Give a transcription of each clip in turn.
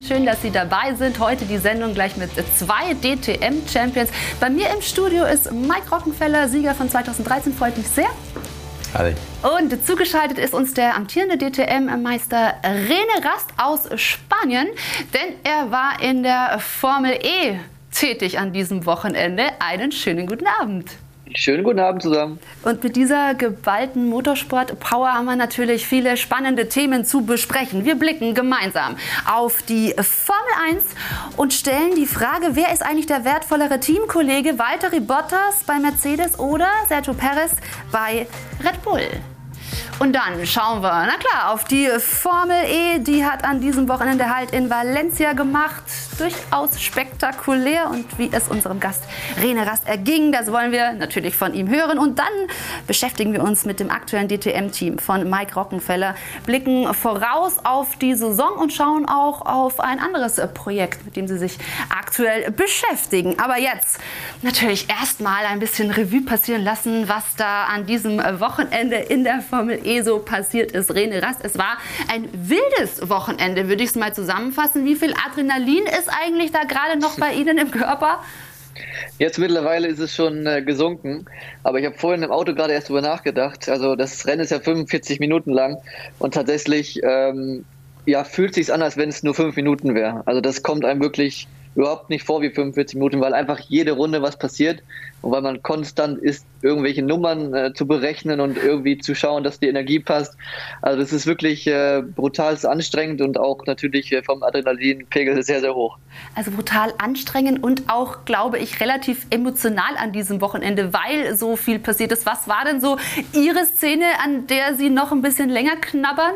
Schön, dass Sie dabei sind. Heute die Sendung gleich mit 2 DTM-Champions. Bei mir im Studio ist Mike Rockenfeller, Sieger von 2013. Freut mich sehr. Hallo. Und zugeschaltet ist uns der amtierende DTM-Meister René Rast aus Spanien. Denn er war in der Formel E tätig an diesem Wochenende. Einen schönen guten Abend. Schönen guten Abend zusammen. Und mit dieser geballten Motorsport-Power haben wir natürlich viele spannende Themen zu besprechen. Wir blicken gemeinsam auf die Formel 1 und stellen die Frage, wer ist eigentlich der wertvollere Teamkollege? Valtteri Bottas bei Mercedes oder Sergio Perez bei Red Bull? Und dann schauen wir, na klar, auf die Formel E. Die hat an diesem Wochenende halt in Valencia gemacht. Durchaus spektakulär. Und wie es unserem Gast René Rast erging, das wollen wir natürlich von ihm hören. Und dann beschäftigen wir uns mit dem aktuellen DTM-Team von Mike Rockenfeller, blicken voraus auf die Saison und schauen auch auf ein anderes Projekt, mit dem sie sich aktuell beschäftigen. Aber jetzt natürlich erstmal ein bisschen Revue passieren lassen, was da an diesem Wochenende in der Formel E so passiert ist. René Rast, es war ein wildes Wochenende, würde ich es mal zusammenfassen. Wie viel Adrenalin ist eigentlich da gerade noch bei Ihnen im Körper? Jetzt mittlerweile ist es schon gesunken, aber ich habe vorhin im Auto gerade erst drüber nachgedacht. Also das Rennen ist ja 45 Minuten lang und tatsächlich fühlt es sich an, als wenn es nur 5 Minuten wäre. Also das kommt einem wirklich überhaupt nicht vor wie 45 Minuten, weil einfach jede Runde was passiert und weil man konstant ist, irgendwelche Nummern zu berechnen und irgendwie zu schauen, dass die Energie passt. Also das ist wirklich brutal anstrengend und auch natürlich vom Adrenalinpegel sehr, sehr hoch. Also brutal anstrengend und auch, glaube ich, relativ emotional an diesem Wochenende, weil so viel passiert ist. Was war denn so Ihre Szene, an der Sie noch ein bisschen länger knabbern?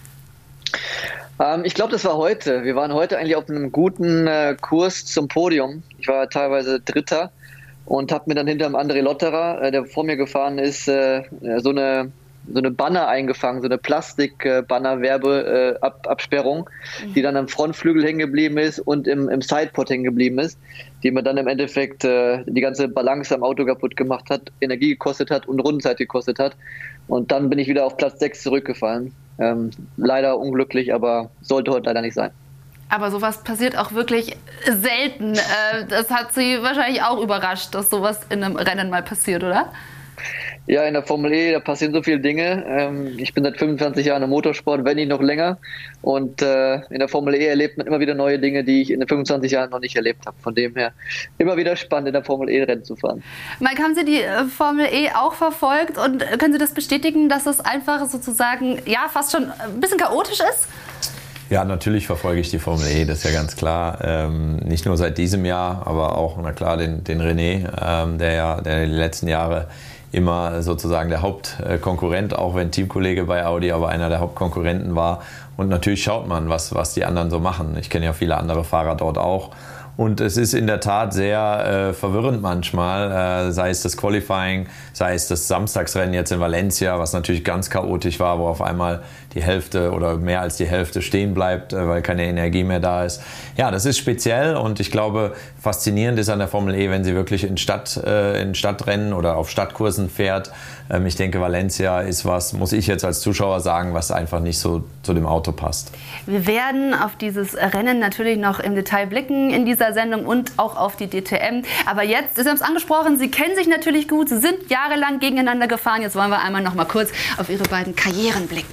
Ich glaube, das war heute. Wir waren heute eigentlich auf einem guten Kurs zum Podium. Ich war teilweise Dritter und habe mir dann hinter dem André Lotterer, der vor mir gefahren ist, so eine Banner eingefangen, so eine Plastik-Banner-Werbeabsperrung, die dann am Frontflügel hängen geblieben ist und im Sidepod hängen geblieben ist, die mir dann im Endeffekt die ganze Balance am Auto kaputt gemacht hat, Energie gekostet hat und Rundenzeit gekostet hat. Und dann bin ich wieder auf Platz 6 zurückgefallen. Leider unglücklich, aber sollte heute leider nicht sein. Aber sowas passiert auch wirklich selten. Das hat Sie wahrscheinlich auch überrascht, dass sowas in einem Rennen mal passiert, oder? Ja, in der Formel E, da passieren so viele Dinge. Ich bin seit 25 Jahren im Motorsport, wenn nicht noch länger. Und in der Formel E erlebt man immer wieder neue Dinge, die ich in den 25 Jahren noch nicht erlebt habe. Von dem her immer wieder spannend, in der Formel E Rennen zu fahren. Mike, haben Sie die Formel E auch verfolgt und können Sie das bestätigen, dass es einfach sozusagen fast schon ein bisschen chaotisch ist? Ja, natürlich verfolge ich die Formel E, das ist ja ganz klar. Nicht nur seit diesem Jahr, aber auch, na klar, den René, der die letzten Jahre immer sozusagen der Hauptkonkurrent, auch wenn Teamkollege bei Audi, aber einer der Hauptkonkurrenten war. Und natürlich schaut man, was die anderen so machen. Ich kenne ja viele andere Fahrer dort auch. Und es ist in der Tat sehr verwirrend manchmal, sei es das Qualifying, sei es das Samstagsrennen jetzt in Valencia, was natürlich ganz chaotisch war, wo auf einmal die Hälfte oder mehr als die Hälfte stehen bleibt, weil keine Energie mehr da ist. Ja, das ist speziell und ich glaube, faszinierend ist an der Formel E, wenn sie wirklich in Stadtrennen oder auf Stadtkursen fährt. Ich denke, Valencia ist was, muss ich jetzt als Zuschauer sagen, was einfach nicht so zu dem Auto passt. Wir werden auf dieses Rennen natürlich noch im Detail blicken in dieser Sendung und auch auf die DTM. Aber jetzt, Sie haben es angesprochen, Sie kennen sich natürlich gut, Sie sind jahrelang gegeneinander gefahren. Jetzt wollen wir einmal noch mal kurz auf Ihre beiden Karrieren blicken.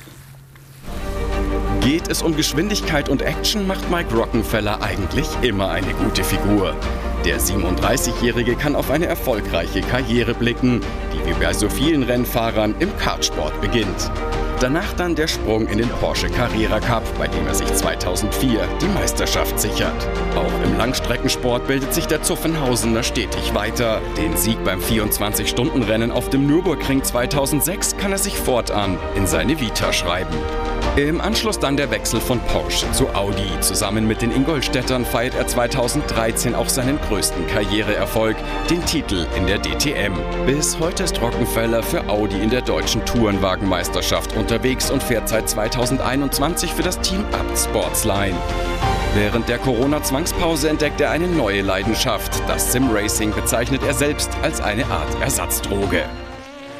Geht es um Geschwindigkeit und Action, macht Mike Rockenfeller eigentlich immer eine gute Figur. Der 37-Jährige kann auf eine erfolgreiche Karriere blicken, die wie bei so vielen Rennfahrern im Kartsport beginnt. Danach dann der Sprung in den Porsche Carrera Cup, bei dem er sich 2004 die Meisterschaft sichert. Auch im Langstreckensport bildet sich der Zuffenhausener stetig weiter. Den Sieg beim 24-Stunden-Rennen auf dem Nürburgring 2006 kann er sich fortan in seine Vita schreiben. Im Anschluss dann der Wechsel von Porsche zu Audi. Zusammen mit den Ingolstädtern feiert er 2013 auch seinen größten Karriereerfolg, den Titel in der DTM. Bis heute ist Rockenfeller für Audi in der deutschen Tourenwagenmeisterschaft unterwegs und fährt seit 2021 für das Team Abt Sportsline. Während der Corona-Zwangspause entdeckt er eine neue Leidenschaft. Das Sim-Racing bezeichnet er selbst als eine Art Ersatzdroge.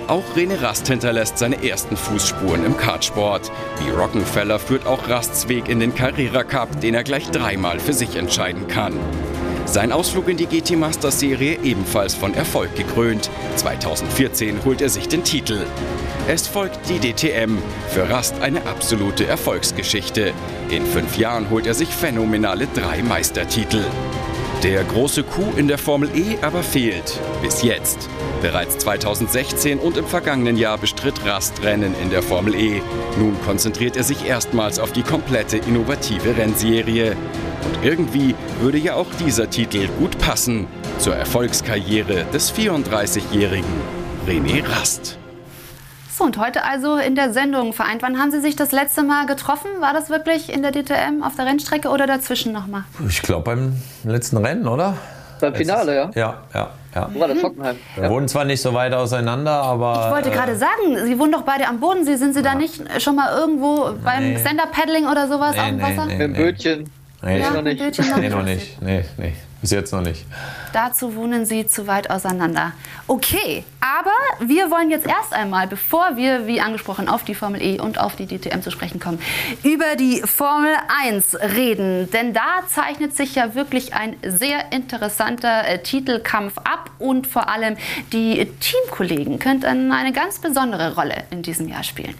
Auch René Rast hinterlässt seine ersten Fußspuren im Kartsport. Wie Rockenfeller führt auch Rasts Weg in den Carrera Cup, den er gleich 3-mal für sich entscheiden kann. Sein Ausflug in die GT Masters Serie ebenfalls von Erfolg gekrönt. 2014 holt er sich den Titel. Es folgt die DTM. Für Rast eine absolute Erfolgsgeschichte. In 5 Jahren holt er sich phänomenale 3 Meistertitel. Der große Coup in der Formel E aber fehlt. Bis jetzt. Bereits 2016 und im vergangenen Jahr bestritt Rast Rennen in der Formel E. Nun konzentriert er sich erstmals auf die komplette innovative Rennserie. Und irgendwie würde ja auch dieser Titel gut passen zur Erfolgskarriere des 34-jährigen René Rast. So, und heute also in der Sendung vereint. Wann haben Sie sich das letzte Mal getroffen? War das wirklich in der DTM auf der Rennstrecke oder dazwischen nochmal? Ich glaube beim letzten Rennen, oder? Beim Finale, ja? Ja. Wo war das? Hockenheim? Wir wohnen zwar nicht so weit auseinander, aber... Ich wollte gerade sagen, Sie wohnen doch beide am Bodensee. Sind Sie da nicht schon mal irgendwo beim Stand-Up-Paddling oder sowas auf dem Wasser? Mit dem Bötchen. Nee, noch nicht. noch nicht. Nee, bis jetzt noch nicht. Dazu wohnen Sie zu weit auseinander. Okay, aber wir wollen jetzt erst einmal, bevor wir, wie angesprochen, auf die Formel E und auf die DTM zu sprechen kommen, über die Formel 1 reden. Denn da zeichnet sich ja wirklich ein sehr interessanter Titelkampf ab und vor allem die Teamkollegen könnten eine ganz besondere Rolle in diesem Jahr spielen.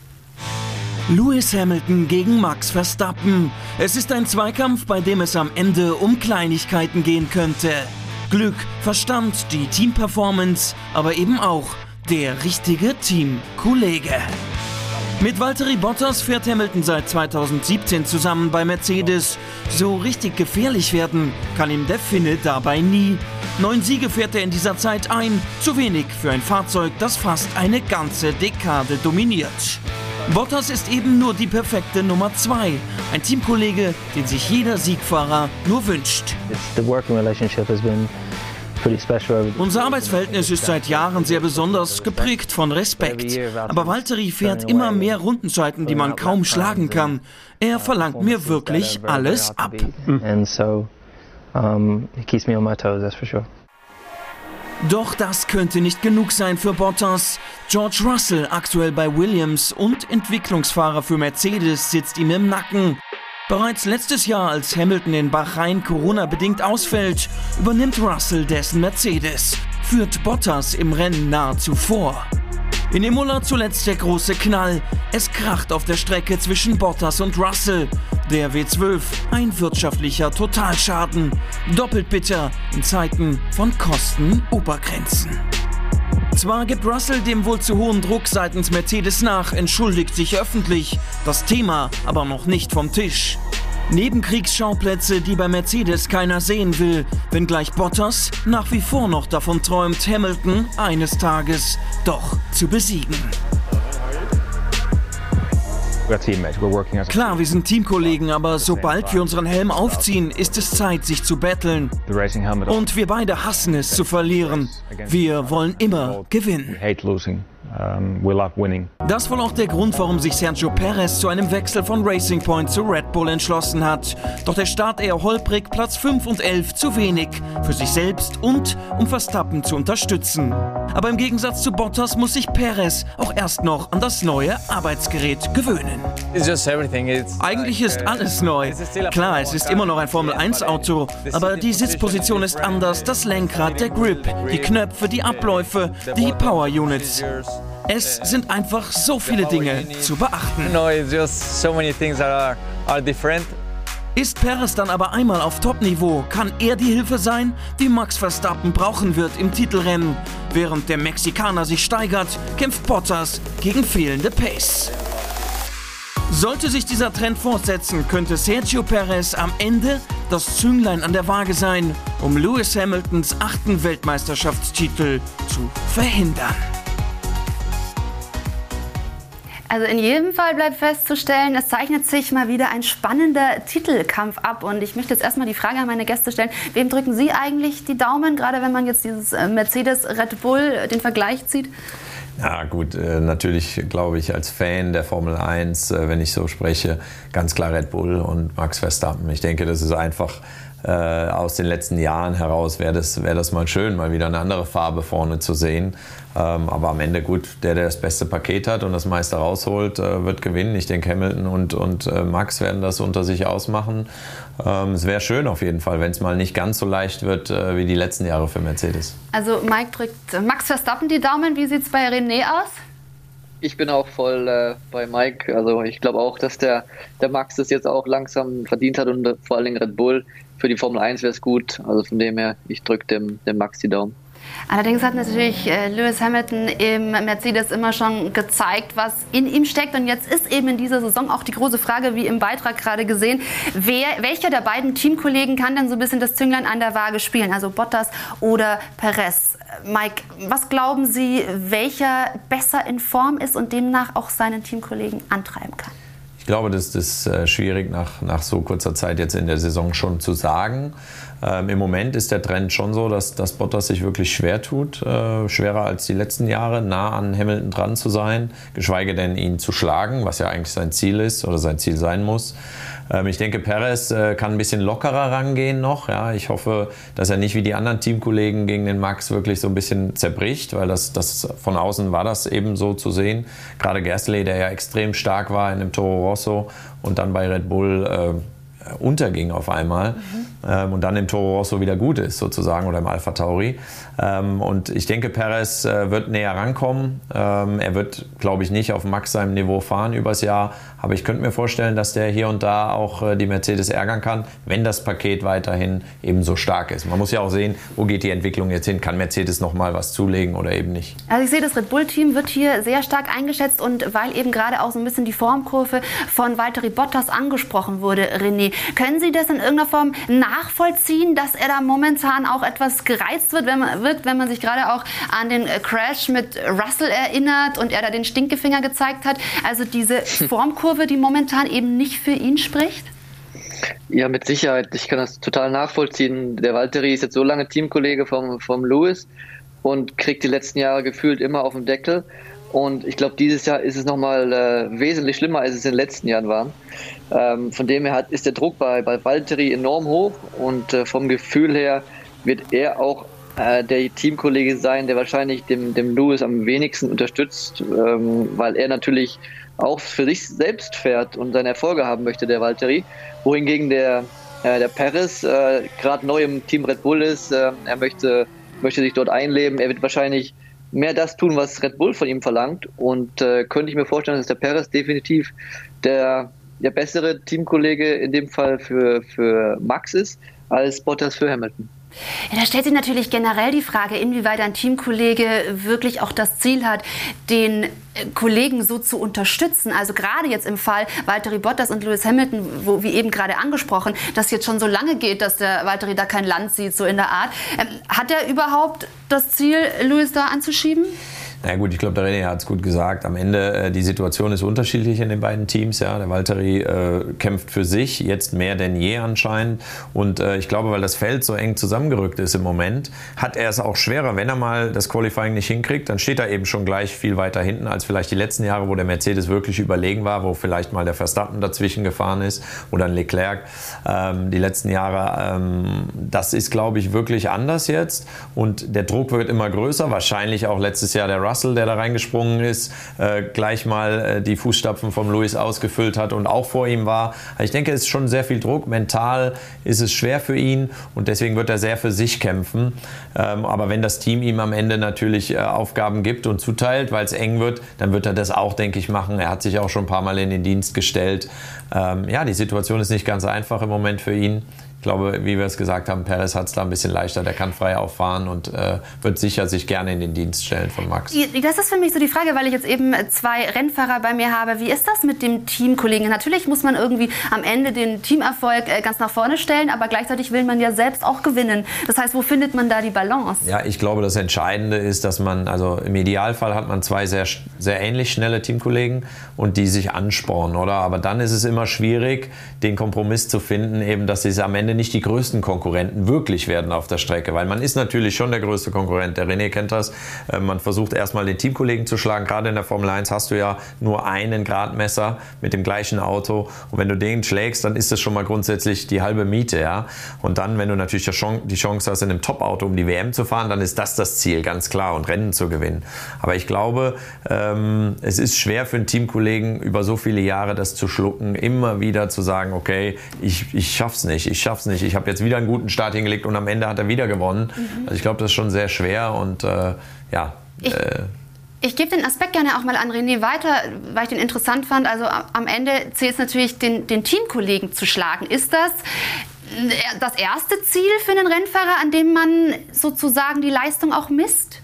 Lewis Hamilton gegen Max Verstappen. Es ist ein Zweikampf, bei dem es am Ende um Kleinigkeiten gehen könnte. Glück, Verstand, die Teamperformance, aber eben auch der richtige Teamkollege. Mit Valtteri Bottas fährt Hamilton seit 2017 zusammen bei Mercedes. So richtig gefährlich werden kann ihm der Finne dabei nie. 9 Siege fährt er in dieser Zeit ein, zu wenig für ein Fahrzeug, das fast eine ganze Dekade dominiert. Bottas ist eben nur die perfekte Nummer 2, ein Teamkollege, den sich jeder Siegfahrer nur wünscht. Unser Arbeitsverhältnis ist seit Jahren sehr besonders, geprägt von Respekt. Aber Valtteri fährt immer mehr Rundenzeiten, die man kaum schlagen kann. Er verlangt mir wirklich alles ab. Doch das könnte nicht genug sein für Bottas. George Russell, aktuell bei Williams und Entwicklungsfahrer für Mercedes, sitzt ihm im Nacken. Bereits letztes Jahr, als Hamilton in Bahrain Corona-bedingt ausfällt, übernimmt Russell dessen Mercedes, führt Bottas im Rennen nahezu vor. In Imola zuletzt der große Knall. Es kracht auf der Strecke zwischen Bottas und Russell. Der W12, ein wirtschaftlicher Totalschaden. Doppelt bitter in Zeiten von Kostenobergrenzen. Zwar gibt Russell dem wohl zu hohen Druck seitens Mercedes nach, entschuldigt sich öffentlich, das Thema aber noch nicht vom Tisch. Nebenkriegsschauplätze, die bei Mercedes keiner sehen will, wenngleich Bottas nach wie vor noch davon träumt, Hamilton eines Tages doch zu besiegen. Klar, wir sind Teamkollegen, aber sobald wir unseren Helm aufziehen, ist es Zeit, sich zu betteln. Und wir beide hassen es zu verlieren. Wir wollen immer gewinnen. Das wohl auch der Grund, warum sich Sergio Perez zu einem Wechsel von Racing Point zu Red Bull entschlossen hat. Doch der Start eher holprig, Platz 5 und 11 zu wenig für sich selbst und um Verstappen zu unterstützen. Aber im Gegensatz zu Bottas muss sich Perez auch erst noch an das neue Arbeitsgerät gewöhnen. Eigentlich ist alles neu. Klar, es ist immer noch ein Formel-1-Auto, aber die Sitzposition ist anders, das Lenkrad, der Grip, die Knöpfe, die Abläufe, die Power-Units. Es sind einfach so viele Dinge zu beachten. Ist Perez dann aber einmal auf Top-Niveau, kann er die Hilfe sein, die Max Verstappen brauchen wird im Titelrennen. Während der Mexikaner sich steigert, kämpft Bottas gegen fehlende Pace. Sollte sich dieser Trend fortsetzen, könnte Sergio Perez am Ende das Zünglein an der Waage sein, um Lewis Hamiltons 8. Weltmeisterschaftstitel zu verhindern. Also in jedem Fall bleibt festzustellen, es zeichnet sich mal wieder ein spannender Titelkampf ab. Und ich möchte jetzt erstmal die Frage an meine Gäste stellen, wem drücken Sie eigentlich die Daumen, gerade wenn man jetzt dieses Mercedes-Red Bull den Vergleich zieht? Ja gut, natürlich glaube ich als Fan der Formel 1, wenn ich so spreche, ganz klar Red Bull und Max Verstappen. Ich denke, das ist einfach aus den letzten Jahren heraus wäre das mal schön, mal wieder eine andere Farbe vorne zu sehen. Aber am Ende gut, der das beste Paket hat und das meiste rausholt, wird gewinnen. Ich denke, Hamilton und Max werden das unter sich ausmachen. Es wäre schön auf jeden Fall, wenn es mal nicht ganz so leicht wird wie die letzten Jahre für Mercedes. Also Mike drückt Max Verstappen die Daumen. Wie sieht es bei René aus? Ich bin auch voll bei Mike. Also ich glaube auch, dass der Max das jetzt auch langsam verdient hat und vor allem Red Bull. Für die Formel 1 wäre es gut. Also von dem her, ich drücke dem Max die Daumen. Allerdings hat natürlich Lewis Hamilton im Mercedes immer schon gezeigt, was in ihm steckt. Und jetzt ist eben in dieser Saison auch die große Frage, wie im Beitrag gerade gesehen, welcher der beiden Teamkollegen kann denn so ein bisschen das Zünglein an der Waage spielen? Also Bottas oder Perez. Mike, was glauben Sie, welcher besser in Form ist und demnach auch seinen Teamkollegen antreiben kann? Ich glaube, das ist schwierig nach so kurzer Zeit jetzt in der Saison schon zu sagen. Im Moment ist der Trend schon so, dass Bottas sich wirklich schwer tut, schwerer als die letzten Jahre, nah an Hamilton dran zu sein, geschweige denn ihn zu schlagen, was ja eigentlich sein Ziel ist oder sein Ziel sein muss. Ich denke, Perez kann ein bisschen lockerer rangehen noch. Ja, ich hoffe, dass er nicht wie die anderen Teamkollegen gegen den Max wirklich so ein bisschen zerbricht, weil das von außen war das eben so zu sehen. Gerade Gasly, der ja extrem stark war in dem Toro Rosso und dann bei Red Bull unterging auf einmal und dann im Toro Rosso wieder gut ist sozusagen oder im Alpha Tauri. Und ich denke, Perez wird näher rankommen. Er wird, glaube ich, nicht auf Max seinem Niveau fahren übers Jahr, aber ich könnte mir vorstellen, dass der hier und da auch die Mercedes ärgern kann, wenn das Paket weiterhin eben so stark ist. Man muss ja auch sehen, wo geht die Entwicklung jetzt hin? Kann Mercedes noch mal was zulegen oder eben nicht? Also ich sehe, das Red Bull-Team wird hier sehr stark eingeschätzt und weil eben gerade auch so ein bisschen die Formkurve von Valtteri Bottas angesprochen wurde, René, können Sie das in irgendeiner Form nachvollziehen, dass er da momentan auch etwas gereizt wird, wenn man sich gerade auch an den Crash mit Russell erinnert und er da den Stinkefinger gezeigt hat? Also diese Formkurve, die momentan eben nicht für ihn spricht? Ja, mit Sicherheit. Ich kann das total nachvollziehen. Der Valtteri ist jetzt so lange Teamkollege vom Lewis und kriegt die letzten Jahre gefühlt immer auf den Deckel. Und ich glaube, dieses Jahr ist es nochmal wesentlich schlimmer, als es in den letzten Jahren war. Von dem her ist der Druck bei Valtteri enorm hoch und vom Gefühl her wird er auch der Teamkollege sein, der wahrscheinlich dem Lewis am wenigsten unterstützt, weil er natürlich auch für sich selbst fährt und seine Erfolge haben möchte, der Valtteri. Wohingegen der Perez gerade neu im Team Red Bull ist. Er möchte sich dort einleben. Er wird wahrscheinlich mehr das tun, was Red Bull von ihm verlangt. Und könnte ich mir vorstellen, dass der Perez definitiv der bessere Teamkollege in dem Fall für Max ist, als Bottas für Hamilton. Ja, da stellt sich natürlich generell die Frage, inwieweit ein Teamkollege wirklich auch das Ziel hat, den Kollegen so zu unterstützen. Also gerade jetzt im Fall Valtteri Bottas und Lewis Hamilton, wo, wie eben gerade angesprochen, das jetzt schon so lange geht, dass der Valtteri da kein Land sieht, so in der Art. Hat er überhaupt das Ziel, Lewis da anzuschieben? Na gut, ich glaube, der René hat es gut gesagt. Am Ende, die Situation ist unterschiedlich in den beiden Teams. Ja. Der Valtteri kämpft für sich, jetzt mehr denn je anscheinend. Und ich glaube, weil das Feld so eng zusammengerückt ist im Moment, hat er es auch schwerer. Wenn er mal das Qualifying nicht hinkriegt, dann steht er eben schon gleich viel weiter hinten als vielleicht die letzten Jahre, wo der Mercedes wirklich überlegen war, wo vielleicht mal der Verstappen dazwischen gefahren ist oder ein Leclerc. Die letzten Jahre, das ist, glaube ich, wirklich anders jetzt. Und der Druck wird immer größer. Wahrscheinlich auch letztes Jahr der Russell, der da reingesprungen ist, gleich mal die Fußstapfen vom Lewis ausgefüllt hat und auch vor ihm war. Also ich denke, es ist schon sehr viel Druck. Mental ist es schwer für ihn und deswegen wird er sehr für sich kämpfen. Aber wenn das Team ihm am Ende natürlich Aufgaben gibt und zuteilt, weil es eng wird, dann wird er das auch, denke ich, machen. Er hat sich auch schon ein paar Mal in den Dienst gestellt. Ja, die Situation ist nicht ganz einfach im Moment für ihn. Ich glaube, wie wir es gesagt haben, Perez hat es da ein bisschen leichter, der kann frei auffahren und wird sicher sich gerne in den Dienst stellen von Max. Das ist für mich so die Frage, weil ich jetzt eben 2 Rennfahrer bei mir habe. Wie ist das mit dem Teamkollegen? Natürlich muss man irgendwie am Ende den Teamerfolg ganz nach vorne stellen, aber gleichzeitig will man ja selbst auch gewinnen. Das heißt, wo findet man da die Balance? Ja, ich glaube, das Entscheidende ist, dass man, also im Idealfall hat man 2 sehr, sehr ähnlich schnelle Teamkollegen und die sich anspornen, oder? Aber dann ist es immer schwierig, den Kompromiss zu finden, eben, dass sie es am Ende Ende nicht die größten Konkurrenten wirklich werden auf der Strecke, weil man ist natürlich schon der größte Konkurrent. Der René kennt das. Man versucht erstmal den Teamkollegen zu schlagen. Gerade in der Formel 1 hast du ja nur einen Gradmesser mit dem gleichen Auto. Und wenn du den schlägst, dann ist das schon mal grundsätzlich die halbe Miete. Ja? Und dann, wenn du natürlich die Chance hast, in einem Top-Auto um die WM zu fahren, dann ist das Ziel, ganz klar, und Rennen zu gewinnen. Aber ich glaube, es ist schwer für einen Teamkollegen, über so viele Jahre das zu schlucken, immer wieder zu sagen, okay, ich schaff's nicht, ich habe jetzt wieder einen guten Start hingelegt und am Ende hat er wieder gewonnen. Also ich glaube, das ist schon sehr schwer und Ich gebe den Aspekt gerne auch mal an René weiter, weil ich den interessant fand. Also am Ende zählt es natürlich, den Teamkollegen zu schlagen. Ist das erste Ziel für einen Rennfahrer, an dem man sozusagen die Leistung auch misst?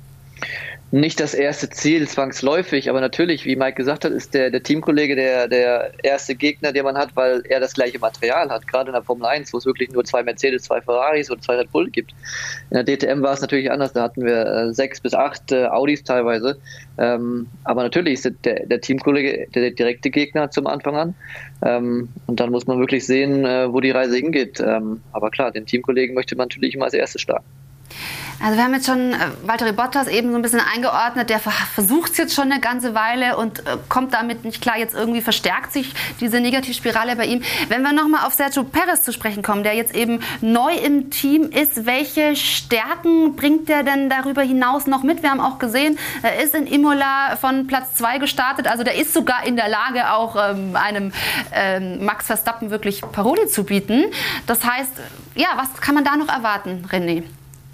Nicht das erste Ziel zwangsläufig, aber natürlich, wie Mike gesagt hat, ist der Teamkollege der erste Gegner, den man hat, weil er das gleiche Material hat. Gerade in der Formel 1, wo es wirklich nur 2 Mercedes, 2 Ferraris und 2 Red Bull gibt. In der DTM war es natürlich anders, da hatten wir 6 bis 8 Audis teilweise. Aber natürlich ist der Teamkollege der direkte Gegner zum Anfang an. Und dann muss man wirklich sehen, wo die Reise hingeht. Aber klar, den Teamkollegen möchte man natürlich immer als erstes schlagen. Also wir haben jetzt schon Valtteri Bottas eben so ein bisschen eingeordnet, der versucht es jetzt schon eine ganze Weile und kommt damit nicht klar. Jetzt irgendwie verstärkt sich diese Negativspirale bei ihm. Wenn wir nochmal auf Sergio Perez zu sprechen kommen, der jetzt eben neu im Team ist, welche Stärken bringt der denn darüber hinaus noch mit? Wir haben auch gesehen, er ist in Imola von Platz 2 gestartet, also der ist sogar in der Lage, auch einem Max Verstappen wirklich Paroli zu bieten. Das heißt, ja, was kann man da noch erwarten, René?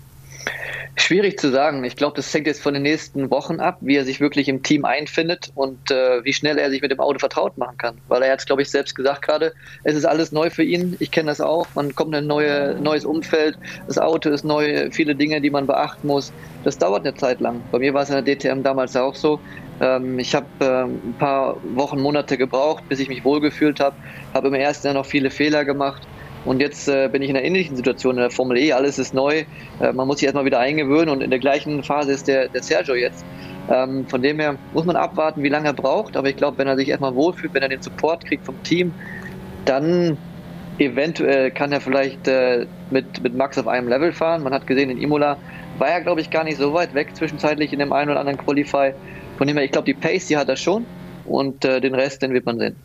Schwierig zu sagen. Ich glaube, das hängt jetzt von den nächsten Wochen ab, wie er sich wirklich im Team einfindet und wie schnell er sich mit dem Auto vertraut machen kann. Weil er hat es, glaube ich, selbst gesagt gerade, es ist alles neu für ihn. Ich kenne das auch. Man kommt in ein neues Umfeld. Das Auto ist neu, viele Dinge, die man beachten muss. Das dauert eine Zeit lang. Bei mir war es in der DTM damals auch so. Ich habe ein paar Wochen, Monate gebraucht, bis ich mich wohlgefühlt habe. Habe im ersten Jahr noch viele Fehler gemacht. Und jetzt bin ich in einer ähnlichen Situation in der Formel E. Alles ist neu. Man muss sich erstmal wieder eingewöhnen. Und in der gleichen Phase ist der Sergio jetzt. Von dem her muss man abwarten, wie lange er braucht. Aber ich glaube, wenn er sich erstmal wohlfühlt, wenn er den Support kriegt vom Team, dann eventuell kann er vielleicht mit Max auf einem Level fahren. Man hat gesehen, in Imola war er, glaube ich, gar nicht so weit weg zwischenzeitlich in dem einen oder anderen Qualify. Von dem her, ich glaube, die Pace, die hat er schon. Und den Rest, den wird man sehen.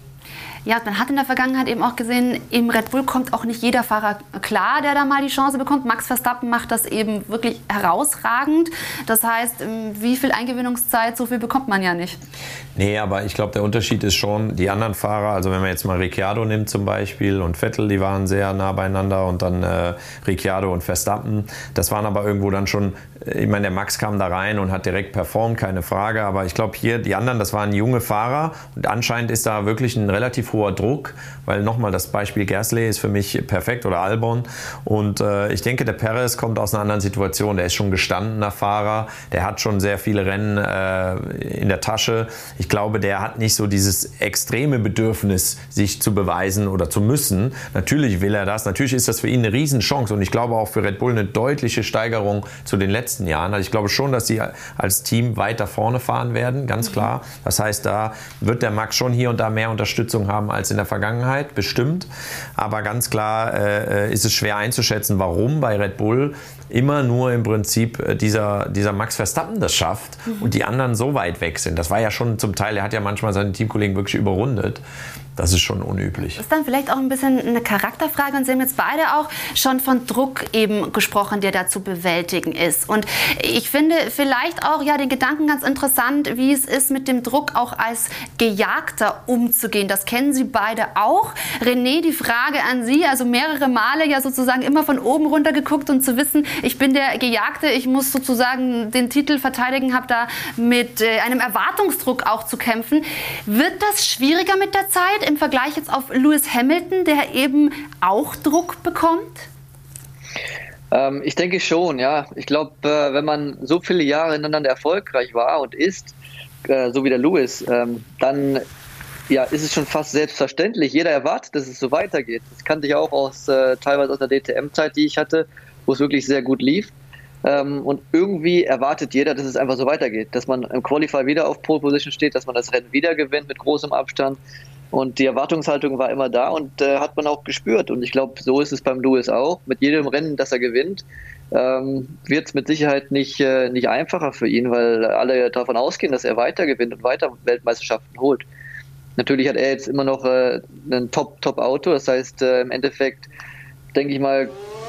Ja, man hat in der Vergangenheit eben auch gesehen, im Red Bull kommt auch nicht jeder Fahrer klar, der da mal die Chance bekommt. Max Verstappen macht das eben wirklich herausragend. Das heißt, wie viel Eingewöhnungszeit, so viel bekommt man ja nicht. Nee, aber ich glaube, der Unterschied ist schon, die anderen Fahrer, also wenn man jetzt mal Ricciardo nimmt zum Beispiel und Vettel, die waren sehr nah beieinander und dann Ricciardo und Verstappen, das waren aber irgendwo dann schon, ich meine, der Max kam da rein und hat direkt performt, keine Frage, aber ich glaube hier, die anderen, das waren junge Fahrer und anscheinend ist da wirklich ein relativ hoher Druck, weil nochmal das Beispiel Gasly ist für mich perfekt oder Albon und ich denke, der Perez kommt aus einer anderen Situation, der ist schon gestandener Fahrer, der hat schon sehr viele Rennen in der Tasche. Ich glaube, der hat nicht so dieses extreme Bedürfnis, sich zu beweisen oder zu müssen. Natürlich will er das, natürlich ist das für ihn eine Riesenchance und ich glaube auch für Red Bull eine deutliche Steigerung zu den letzten Jahren. Also ich glaube schon, dass sie als Team weiter vorne fahren werden, ganz klar. Das heißt, da wird der Max schon hier und da mehr Unterstützung haben als in der Vergangenheit, bestimmt. Aber ganz klar ist es schwer einzuschätzen, warum bei Red Bull immer nur im Prinzip dieser Max Verstappen das schafft und die anderen so weit weg sind. Das war ja schon zum Teil, er hat ja manchmal seine Teamkollegen wirklich überrundet. Das ist schon unüblich. Das ist dann vielleicht auch ein bisschen eine Charakterfrage und Sie haben jetzt beide auch schon von Druck eben gesprochen, der da zu bewältigen ist. Und ich finde vielleicht auch ja den Gedanken ganz interessant, wie es ist, mit dem Druck auch als Gejagter umzugehen. Das kennen Sie beide auch. René, die Frage an Sie, also mehrere Male ja sozusagen immer von oben runter geguckt und zu wissen, ich bin der Gejagte, ich muss sozusagen den Titel verteidigen, habe da mit einem Erwartungsdruck auch zu kämpfen. Wird das schwieriger mit der Zeit im Vergleich jetzt auf Lewis Hamilton, der eben auch Druck bekommt? Ich denke schon, ja. Ich glaube, wenn man so viele Jahre hintereinander erfolgreich war und ist, so wie der Lewis, dann ja, ist es schon fast selbstverständlich. Jeder erwartet, dass es so weitergeht. Das kannte ich auch teilweise aus der DTM-Zeit, die ich hatte, wo es wirklich sehr gut lief. Und irgendwie erwartet jeder, dass es einfach so weitergeht. Dass man im Qualify wieder auf Pole Position steht, dass man das Rennen wieder gewinnt mit großem Abstand. Und die Erwartungshaltung war immer da und hat man auch gespürt. Und ich glaube, so ist es beim Lewis auch. Mit jedem Rennen, das er gewinnt, wird es mit Sicherheit nicht einfacher für ihn, weil alle davon ausgehen, dass er weiter gewinnt und weiter Weltmeisterschaften holt. Natürlich hat er jetzt immer noch ein Top-Auto. Das heißt, im Endeffekt, denke ich mal,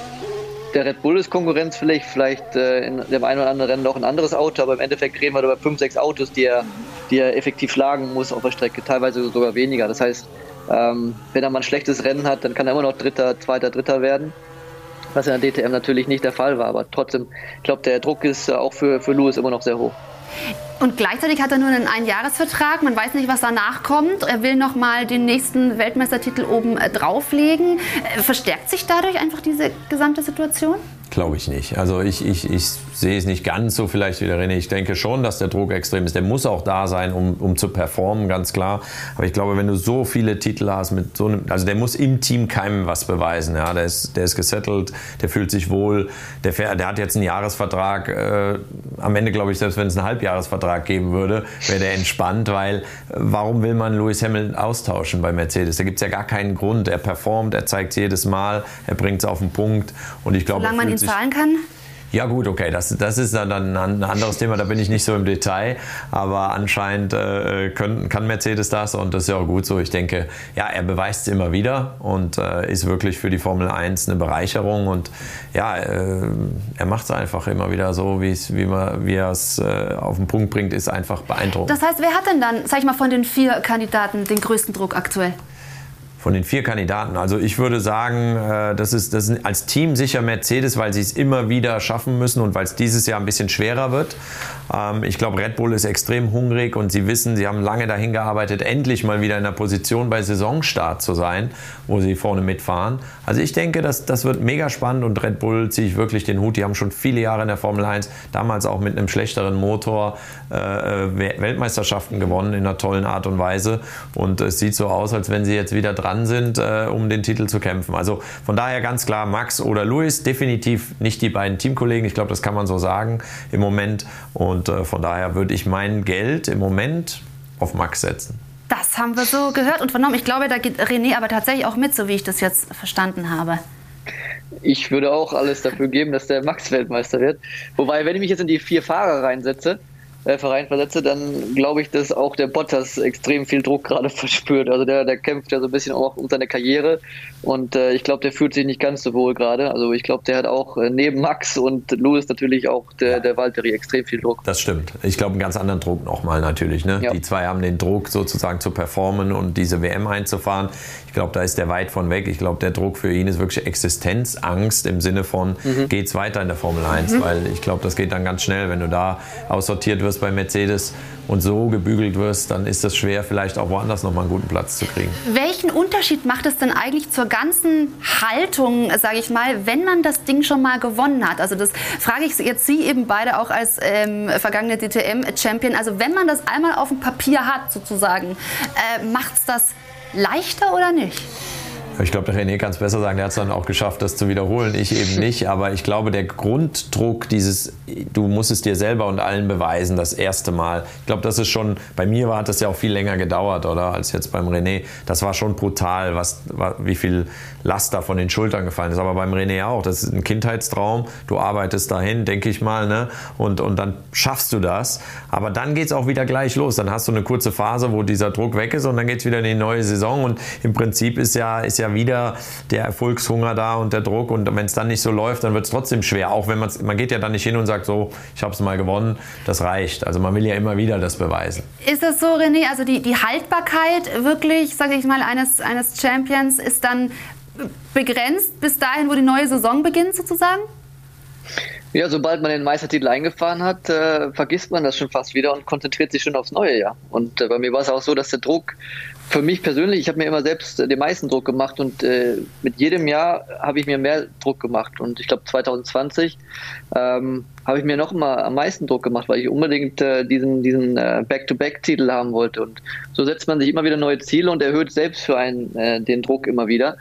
der Red Bull ist Konkurrenz vielleicht in dem einen oder anderen Rennen noch ein anderes Auto, aber im Endeffekt reden wir über 5, 6 Autos, die er effektiv schlagen muss auf der Strecke, teilweise sogar weniger. Das heißt, wenn er mal ein schlechtes Rennen hat, dann kann er immer noch Dritter, Zweiter, Dritter werden, was in der DTM natürlich nicht der Fall war. Aber trotzdem, ich glaube, der Druck ist auch für Lewis immer noch sehr hoch. Und gleichzeitig hat er nur einen Einjahresvertrag. Man weiß nicht, was danach kommt. Er will noch mal den nächsten Weltmeistertitel oben drauflegen. Verstärkt sich dadurch einfach diese gesamte Situation? Glaube ich nicht. Also ich sehe es nicht ganz so vielleicht wie der René. Ich denke schon, dass der Druck extrem ist. Der muss auch da sein, um zu performen, ganz klar. Aber ich glaube, wenn du so viele Titel hast, mit so einem, also der muss im Team keinem was beweisen. Ja, der ist gesettelt, der fühlt sich wohl, der hat jetzt einen Jahresvertrag. Am Ende glaube ich, selbst wenn es einen Halbjahresvertrag geben würde, wäre der entspannt, weil warum will man Lewis Hamilton austauschen bei Mercedes? Da gibt es ja gar keinen Grund. Er performt, er zeigt es jedes Mal, er bringt es auf den Punkt. Und ich glaube, solange man ihn zahlen kann? Ja gut, okay, das ist dann ein anderes Thema, da bin ich nicht so im Detail, aber anscheinend kann Mercedes das und das ist ja auch gut so. Ich denke, ja, er beweist es immer wieder und ist wirklich für die Formel 1 eine Bereicherung und ja, er macht es einfach immer wieder so, wie er es auf den Punkt bringt, ist einfach beeindruckend. Das heißt, wer hat denn dann, sag ich mal, von den 4 Kandidaten den größten Druck aktuell? Von den 4 Kandidaten. Also ich würde sagen, das ist als Team sicher Mercedes, weil sie es immer wieder schaffen müssen und weil es dieses Jahr ein bisschen schwerer wird. Ich glaube, Red Bull ist extrem hungrig und sie wissen, sie haben lange dahin gearbeitet, endlich mal wieder in der Position bei Saisonstart zu sein, wo sie vorne mitfahren. Also ich denke, das wird mega spannend und Red Bull ziehe ich wirklich den Hut. Die haben schon viele Jahre in der Formel 1, damals auch mit einem schlechteren Motor Weltmeisterschaften gewonnen in einer tollen Art und Weise. Und es sieht so aus, als wenn sie jetzt wieder dran sind, um den Titel zu kämpfen. Also von daher ganz klar Max oder Lewis, definitiv nicht die beiden Teamkollegen. Ich glaube, das kann man so sagen im Moment. Und von daher würde ich mein Geld im Moment auf Max setzen. Das haben wir so gehört und vernommen. Ich glaube, da geht René aber tatsächlich auch mit, so wie ich das jetzt verstanden habe. Ich würde auch alles dafür geben, dass der Max Weltmeister wird. Wobei, wenn ich mich jetzt in die 4 Fahrer reinversetze, dann glaube ich, dass auch der Bottas extrem viel Druck gerade verspürt. Also der kämpft ja so ein bisschen auch um seine Karriere und ich glaube, der fühlt sich nicht ganz so wohl gerade. Also ich glaube, der hat auch neben Max und Lewis natürlich auch der Valtteri extrem viel Druck. Das stimmt. Ich glaube, einen ganz anderen Druck nochmal natürlich. Ne? Ja. Die 2 haben den Druck sozusagen zu performen und diese WM einzufahren. Ich glaube, da ist der weit von weg. Ich glaube, der Druck für ihn ist wirklich Existenzangst im Sinne von, geht's weiter in der Formel 1? Weil ich glaube, das geht dann ganz schnell, wenn du da aussortiert wirst bei Mercedes und so gebügelt wirst, dann ist das schwer, vielleicht auch woanders nochmal einen guten Platz zu kriegen. Welchen Unterschied macht es denn eigentlich zur ganzen Haltung, sage ich mal, wenn man das Ding schon mal gewonnen hat? Also das frage ich jetzt Sie eben beide auch als vergangene DTM-Champion. Also wenn man das einmal auf dem Papier hat sozusagen, macht es das leichter oder nicht? Ich glaube, der René kann es besser sagen, der hat es dann auch geschafft, das zu wiederholen, ich eben nicht, aber ich glaube, der Grunddruck, du musst es dir selber und allen beweisen, das erste Mal, ich glaube, das ist schon, bei mir hat das ja auch viel länger gedauert, oder, als jetzt beim René, das war schon brutal, wie viel Last da von den Schultern gefallen ist, aber beim René auch, das ist ein Kindheitstraum, du arbeitest dahin, denke ich mal, ne? und dann schaffst du das, aber dann geht es auch wieder gleich los, dann hast du eine kurze Phase, wo dieser Druck weg ist und dann geht es wieder in die neue Saison und im Prinzip ist ja wieder der Erfolgshunger da und der Druck und wenn es dann nicht so läuft, dann wird es trotzdem schwer, auch wenn man geht ja dann nicht hin und sagt so, ich habe es mal gewonnen, das reicht. Also man will ja immer wieder das beweisen. Ist das so, René, also die Haltbarkeit wirklich, sage ich mal, eines Champions ist dann begrenzt bis dahin, wo die neue Saison beginnt sozusagen? Ja, sobald man den Meistertitel eingefahren hat, vergisst man das schon fast wieder und konzentriert sich schon aufs neue Jahr. Und bei mir war es auch so, dass der Druck für mich persönlich, ich habe mir immer selbst den meisten Druck gemacht und mit jedem Jahr habe ich mir mehr Druck gemacht. Und ich glaube 2020 habe ich mir noch mal am meisten Druck gemacht, weil ich unbedingt diesen Back-to-Back-Titel haben wollte. Und so setzt man sich immer wieder neue Ziele und erhöht selbst für einen den Druck immer wieder.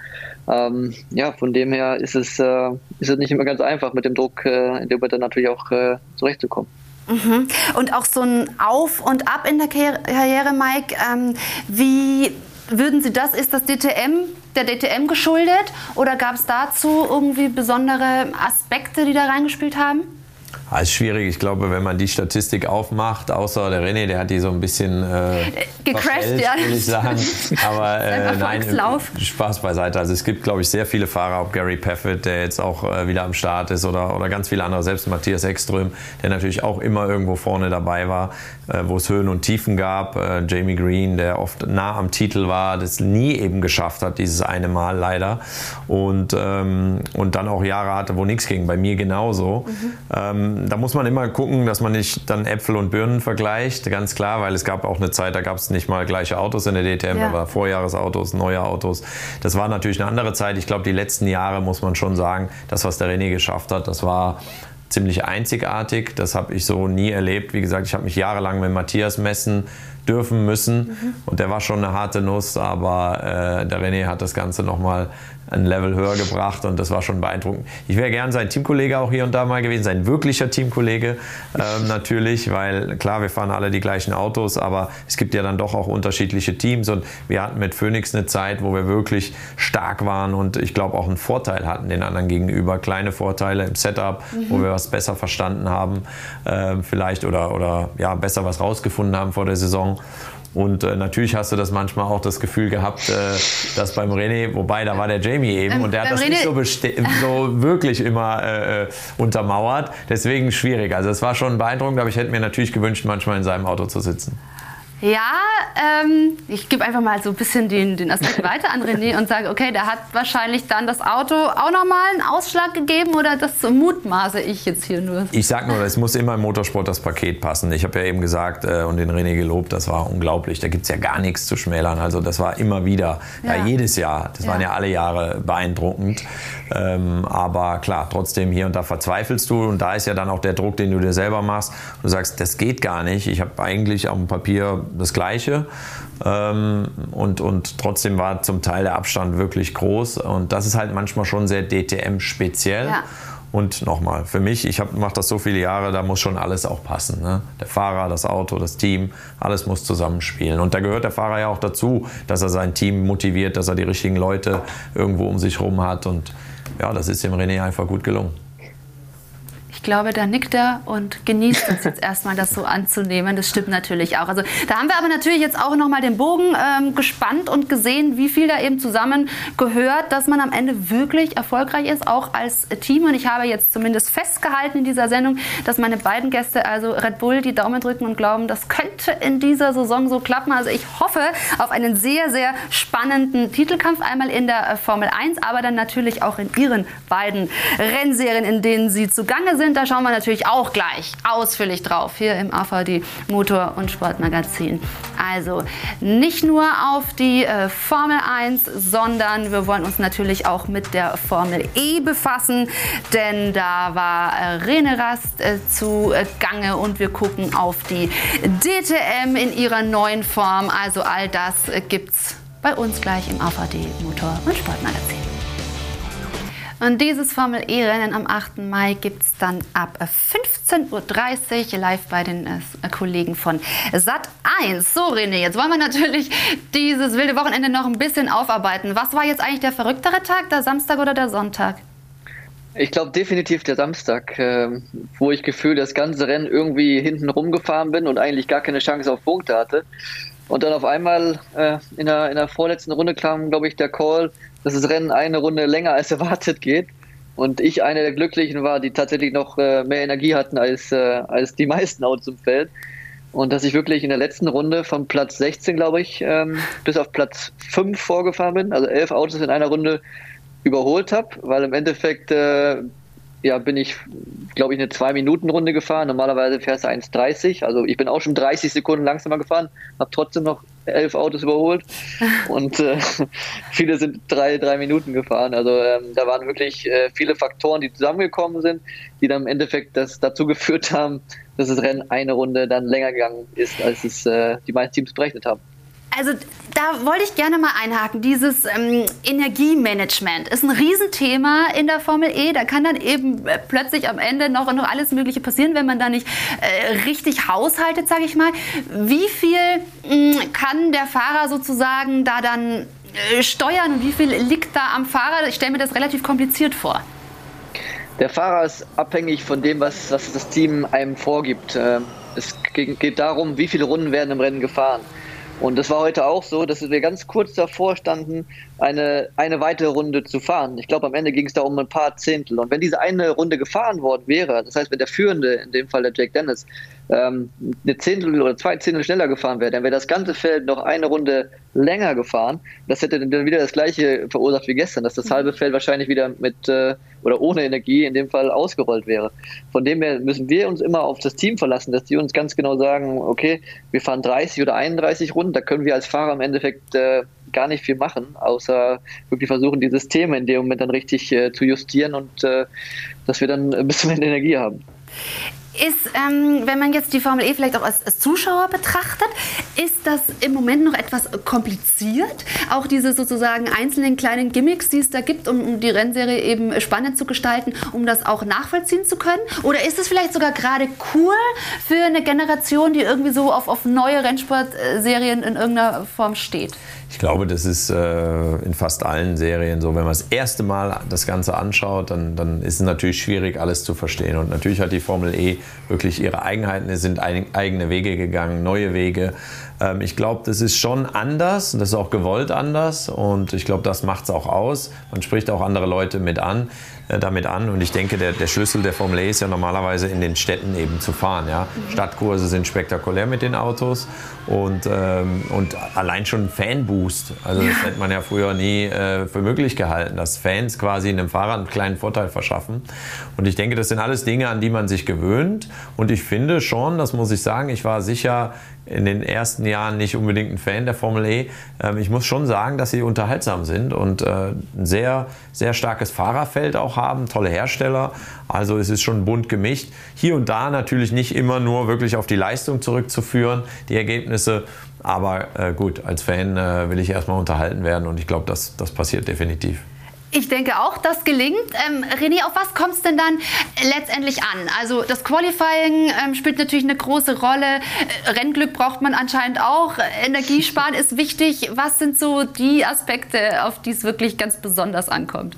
Von dem her ist es nicht immer ganz einfach, mit dem Druck in dem dann natürlich auch zurechtzukommen. Und auch so ein Auf und Ab in der Karriere, Mike, wie Ist das der DTM geschuldet oder gab es dazu irgendwie besondere Aspekte, die da reingespielt haben? Ist schwierig. Ich glaube, wenn man die Statistik aufmacht, außer der René, der hat die so ein bisschen gecrashed, ja, will ich sagen. Aber nein, Spaß beiseite. Also es gibt, glaube ich, sehr viele Fahrer, auch Gary Paffett, der jetzt auch wieder am Start ist oder ganz viele andere, selbst Matthias Ekström, der natürlich auch immer irgendwo vorne dabei war, wo es Höhen und Tiefen gab. Jamie Green, der oft nah am Titel war, das nie eben geschafft hat, dieses eine Mal leider. Und dann auch Jahre hatte, wo nichts ging. Bei mir genauso. Da muss man immer gucken, dass man nicht dann Äpfel und Birnen vergleicht, ganz klar, weil es gab auch eine Zeit, da gab es nicht mal gleiche Autos in der DTM, da war Vorjahresautos, neue Autos. Das war natürlich eine andere Zeit. Ich glaube, die letzten Jahre muss man schon sagen, das, was der René geschafft hat, das war ziemlich einzigartig. Das habe ich so nie erlebt. Wie gesagt, ich habe mich jahrelang mit Matthias messen dürfen müssen und der war schon eine harte Nuss, aber der René hat das Ganze nochmal ein Level höher gebracht und das war schon beeindruckend. Ich wäre gern sein Teamkollege auch hier und da mal gewesen, sein wirklicher Teamkollege natürlich, weil klar, wir fahren alle die gleichen Autos, aber es gibt ja dann doch auch unterschiedliche Teams und wir hatten mit Phoenix eine Zeit, wo wir wirklich stark waren und ich glaube auch einen Vorteil hatten den anderen gegenüber, kleine Vorteile im Setup, wo wir was besser verstanden haben vielleicht oder ja, besser was rausgefunden haben vor der Saison. Und natürlich hast du das manchmal auch das Gefühl gehabt, dass beim René, wobei da war der Jamie eben und der hat das René nicht so wirklich immer untermauert. Deswegen schwierig. Also es war schon beeindruckend, aber ich hätte mir natürlich gewünscht, manchmal in seinem Auto zu sitzen. Ja, ich gebe einfach mal so ein bisschen den Aspekt weiter an René und sage, okay, der hat wahrscheinlich dann das Auto auch nochmal einen Ausschlag gegeben oder das mutmaße ich jetzt hier nur? Ich sag nur, es muss immer im Motorsport das Paket passen. Ich habe ja eben gesagt und den René gelobt, das war unglaublich. Da gibt es ja gar nichts zu schmälern. Also das war immer wieder, jedes Jahr. Das waren ja alle Jahre beeindruckend. Aber klar, trotzdem hier und da verzweifelst du und da ist ja dann auch der Druck, den du dir selber machst. Du sagst, das geht gar nicht. Ich habe eigentlich auf dem Papier das Gleiche und trotzdem war zum Teil der Abstand wirklich groß und das ist halt manchmal schon sehr DTM-speziell. Ja. Und nochmal, für mich, ich mache das so viele Jahre, da muss schon alles auch passen. Ne? Der Fahrer, das Auto, das Team, alles muss zusammenspielen. Und da gehört der Fahrer ja auch dazu, dass er sein Team motiviert, dass er die richtigen Leute irgendwo um sich herum hat und ja, das ist dem René einfach gut gelungen. Ich glaube, da nickt er und genießt es jetzt erstmal, das so anzunehmen. Das stimmt natürlich auch. Also da haben wir aber natürlich jetzt auch nochmal den Bogen gespannt und gesehen, wie viel da eben zusammen gehört, dass man am Ende wirklich erfolgreich ist, auch als Team. Und ich habe jetzt zumindest festgehalten in dieser Sendung, dass meine beiden Gäste, also Red Bull, die Daumen drücken und glauben, das könnte in dieser Saison so klappen. Also ich hoffe auf einen sehr, sehr spannenden Titelkampf, einmal in der Formel 1, aber dann natürlich auch in ihren beiden Rennserien, in denen sie zugange sind. Da schauen wir natürlich auch gleich ausführlich drauf, hier im AVD Motor- und Sportmagazin. Also nicht nur auf die Formel 1, sondern wir wollen uns natürlich auch mit der Formel E befassen, denn da war René Rast zugange und wir gucken auf die DTM in ihrer neuen Form. Also all das gibt's bei uns gleich im AVD Motor- und Sportmagazin. Und dieses Formel-E-Rennen am 8. Mai gibt es dann ab 15:30 Uhr live bei den Kollegen von Sat.1. So René, jetzt wollen wir natürlich dieses wilde Wochenende noch ein bisschen aufarbeiten. Was war jetzt eigentlich der verrücktere Tag, der Samstag oder der Sonntag? Ich glaube definitiv der Samstag, wo ich gefühlt das ganze Rennen irgendwie hinten rumgefahren bin und eigentlich gar keine Chance auf Punkte hatte. Und dann auf einmal in der vorletzten Runde kam, glaube ich, der Call, dass das Rennen eine Runde länger als erwartet geht. Und ich einer der Glücklichen war, die tatsächlich noch mehr Energie hatten als die meisten Autos im Feld. Und dass ich wirklich in der letzten Runde von Platz 16, glaube ich, bis auf Platz 5 vorgefahren bin. Also 11 Autos in einer Runde überholt habe, weil im Endeffekt bin ich, glaube ich, eine 2-Minuten-Runde gefahren. Normalerweise fährst du 1,30. Also ich bin auch schon 30 Sekunden langsamer gefahren, habe trotzdem noch 11 Autos überholt und viele sind 3 Minuten gefahren. Also da waren wirklich viele Faktoren, die zusammengekommen sind, die dann im Endeffekt dazu geführt haben, dass das Rennen eine Runde dann länger gegangen ist, als es die meisten Teams berechnet haben. Also da wollte ich gerne mal einhaken. Dieses Energiemanagement ist ein Riesenthema in der Formel E. Da kann dann eben plötzlich am Ende noch alles Mögliche passieren, wenn man da nicht richtig haushaltet, sage ich mal. Wie viel kann der Fahrer sozusagen da dann steuern und wie viel liegt da am Fahrer? Ich stelle mir das relativ kompliziert vor. Der Fahrer ist abhängig von dem, was das Team einem vorgibt. Es geht darum, wie viele Runden werden im Rennen gefahren. Und das war heute auch so, dass wir ganz kurz davor standen, eine weitere Runde zu fahren. Ich glaube, am Ende ging es da um ein paar Zehntel. Und wenn diese eine Runde gefahren worden wäre, das heißt, wenn der Führende, in dem Fall der Jake Dennis, eine Zehntel oder 2 Zehntel schneller gefahren wäre, dann wäre das ganze Feld noch eine Runde länger gefahren. Das hätte dann wieder das Gleiche verursacht wie gestern, dass das halbe Feld wahrscheinlich wieder mit oder ohne Energie in dem Fall ausgerollt wäre. Von dem her müssen wir uns immer auf das Team verlassen, dass die uns ganz genau sagen, okay, wir fahren 30 oder 31 Runden, da können wir als Fahrer im Endeffekt gar nicht viel machen, außer wirklich versuchen, die Systeme in dem Moment dann richtig zu justieren und dass wir dann ein bisschen mehr Energie haben. Ist, wenn man jetzt die Formel E vielleicht auch als Zuschauer betrachtet, ist das im Moment noch etwas kompliziert? Auch diese sozusagen einzelnen kleinen Gimmicks, die es da gibt, um die Rennserie eben spannend zu gestalten, um das auch nachvollziehen zu können? Oder ist es vielleicht sogar gerade cool für eine Generation, die irgendwie so auf neue Rennsportserien in irgendeiner Form steht? Ich glaube, das ist in fast allen Serien so. Wenn man das erste Mal das Ganze anschaut, dann ist es natürlich schwierig, alles zu verstehen. Und natürlich hat die Formel E wirklich ihre Eigenheiten. Es sind eigene Wege gegangen, neue Wege. Ich glaube, das ist schon anders. Das ist auch gewollt anders. Und ich glaube, das macht es auch aus. Man spricht auch andere Leute damit an. Und ich denke, der Schlüssel der Formel E ist ja normalerweise in den Städten eben zu fahren. Ja? Stadtkurse sind spektakulär mit den Autos und allein schon ein Fanboost. Also das hätte man ja früher nie für möglich gehalten, dass Fans quasi einem Fahrer einen kleinen Vorteil verschaffen. Und ich denke, das sind alles Dinge, an die man sich gewöhnt. Und ich finde schon, das muss ich sagen, ich war sicher in den ersten Jahren nicht unbedingt ein Fan der Formel E. Ich muss schon sagen, dass sie unterhaltsam sind und ein sehr, sehr starkes Fahrerfeld auch haben, tolle Hersteller. Also es ist schon bunt gemischt. Hier und da natürlich nicht immer nur wirklich auf die Leistung zurückzuführen, die Ergebnisse. Aber gut, als Fan will ich erstmal unterhalten werden und ich glaube, das passiert definitiv. Ich denke auch, das gelingt. René, auf was kommt es denn dann letztendlich an? Also das Qualifying spielt natürlich eine große Rolle. Rennglück braucht man anscheinend auch. Energiesparen ist wichtig. Was sind so die Aspekte, auf die es wirklich ganz besonders ankommt?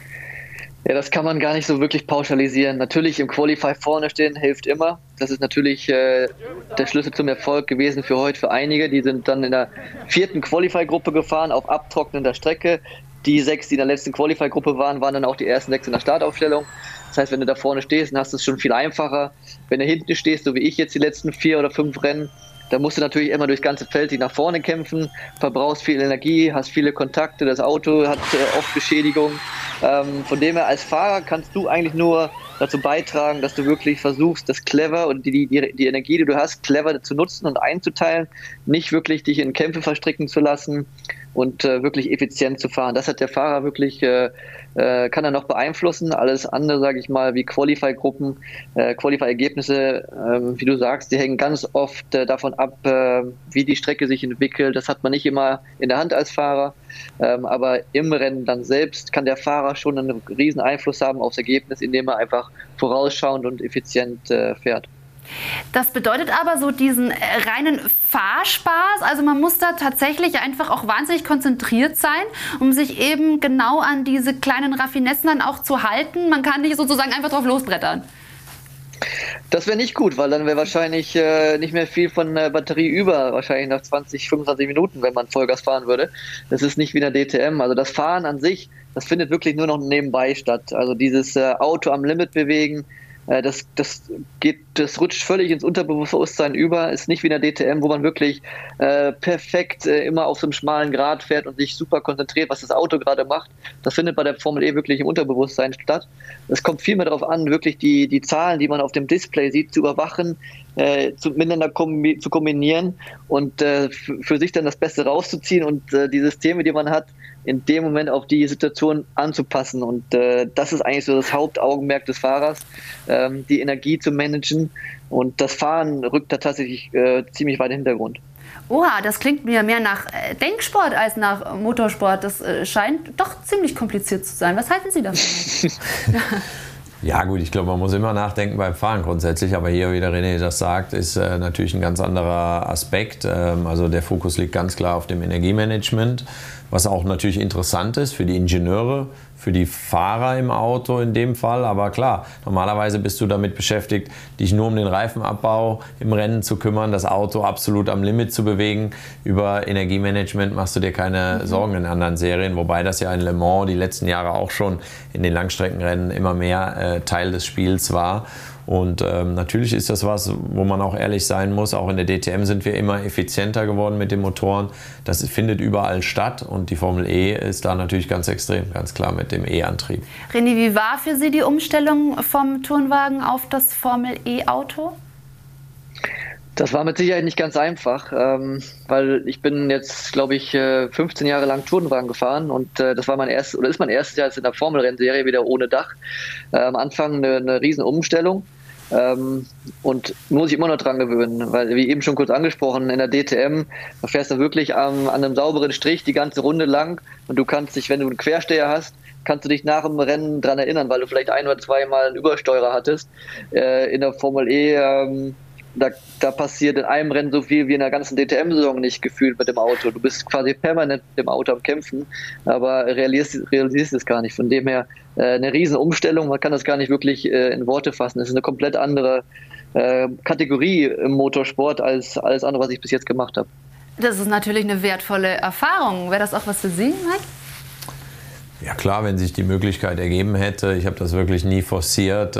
Ja, das kann man gar nicht so wirklich pauschalisieren. Natürlich im Qualify vorne stehen hilft immer. Das ist natürlich der Schlüssel zum Erfolg gewesen für heute für einige. Die sind dann in der 4. Qualify-Gruppe gefahren auf abtrocknender Strecke. Die 6, die in der letzten Qualify-Gruppe waren dann auch die ersten 6 in der Startaufstellung. Das heißt, wenn du da vorne stehst, dann hast du es schon viel einfacher. Wenn du hinten stehst, so wie ich jetzt die letzten 4 oder 5 Rennen, da musst du natürlich immer durchs ganze Feld nach vorne kämpfen, verbrauchst viel Energie, hast viele Kontakte, das Auto hat oft Beschädigung. Von dem her als Fahrer kannst du eigentlich nur dazu beitragen, dass du wirklich versuchst, das clever und die Energie, die du hast, clever zu nutzen und einzuteilen, nicht wirklich dich in Kämpfe verstricken zu lassen und wirklich effizient zu fahren. Das hat der Fahrer wirklich, kann er noch beeinflussen. Alles andere, sage ich mal, wie Qualify-Gruppen, Qualify-Ergebnisse, wie du sagst, die hängen ganz oft davon ab, wie die Strecke sich entwickelt. Das hat man nicht immer in der Hand als Fahrer, aber im Rennen dann selbst kann der Fahrer schon einen riesen Einfluss haben aufs Ergebnis, indem er einfach vorausschauend und effizient fährt. Das bedeutet aber so diesen reinen Fahrspaß, also man muss da tatsächlich einfach auch wahnsinnig konzentriert sein, um sich eben genau an diese kleinen Raffinessen dann auch zu halten. Man kann nicht sozusagen einfach drauf losbrettern. Das wäre nicht gut, weil dann wäre wahrscheinlich nicht mehr viel von der Batterie über, wahrscheinlich nach 20, 25 Minuten, wenn man Vollgas fahren würde. Das ist nicht wie in der DTM. Also das Fahren an sich, das findet wirklich nur noch nebenbei statt. Also dieses Auto am Limit bewegen, das rutscht völlig ins Unterbewusstsein über, ist nicht wie in der DTM, wo man wirklich perfekt immer auf so einem schmalen Grat fährt und sich super konzentriert, was das Auto gerade macht. Das findet bei der Formel E wirklich im Unterbewusstsein statt. Es kommt viel mehr darauf an, wirklich die Zahlen, die man auf dem Display sieht, zu überwachen, miteinander zu kombinieren und für sich dann das Beste rauszuziehen und die Systeme, die man hat, in dem Moment auf die Situation anzupassen. Und das ist eigentlich so das Hauptaugenmerk des Fahrers, die Energie zu managen. Und das Fahren rückt da tatsächlich ziemlich weit in den Hintergrund. Oha, das klingt mir mehr nach Denksport als nach Motorsport. Das scheint doch ziemlich kompliziert zu sein. Was halten Sie davon? Ja gut, ich glaube, man muss immer nachdenken beim Fahren grundsätzlich, aber hier, wie der René das sagt, ist natürlich ein ganz anderer Aspekt. Also der Fokus liegt ganz klar auf dem Energiemanagement, was auch natürlich interessant ist für die Ingenieure, für die Fahrer im Auto in dem Fall. Aber klar, normalerweise bist du damit beschäftigt, dich nur um den Reifenabbau im Rennen zu kümmern, das Auto absolut am Limit zu bewegen. Über Energiemanagement machst du dir keine Sorgen in anderen Serien, wobei das ja in Le Mans die letzten Jahre auch schon in den Langstreckenrennen immer mehr Teil des Spiels war. Und natürlich ist das was, wo man auch ehrlich sein muss. Auch in der DTM sind wir immer effizienter geworden mit den Motoren. Das findet überall statt und die Formel E ist da natürlich ganz extrem, ganz klar mit dem E-Antrieb. René, wie war für Sie die Umstellung vom Turnwagen auf das Formel E-Auto? Das war mit Sicherheit nicht ganz einfach, weil ich bin jetzt, glaube ich, 15 Jahre lang Tourenwagen gefahren und das war ist mein erstes Jahr jetzt in der Formel-Rennserie wieder ohne Dach. Am Anfang eine riesen Umstellung und muss ich immer noch dran gewöhnen, weil wie eben schon kurz angesprochen, in der DTM, da fährst du wirklich an einem sauberen Strich die ganze Runde lang und du kannst dich, wenn du einen Quersteher hast, kannst du dich nach dem Rennen dran erinnern, weil du vielleicht ein oder zweimal einen Übersteurer hattest. In der Formel E da passiert in einem Rennen so viel wie in der ganzen DTM-Saison nicht gefühlt mit dem Auto. Du bist quasi permanent mit dem Auto am Kämpfen, aber realisierst es gar nicht. Von dem her eine riesen Umstellung, man kann das gar nicht wirklich in Worte fassen. Es ist eine komplett andere Kategorie im Motorsport als alles andere, was ich bis jetzt gemacht habe. Das ist natürlich eine wertvolle Erfahrung. Wäre das auch was für Sie, Mike? Ja klar, wenn sich die Möglichkeit ergeben hätte. Ich habe das wirklich nie forciert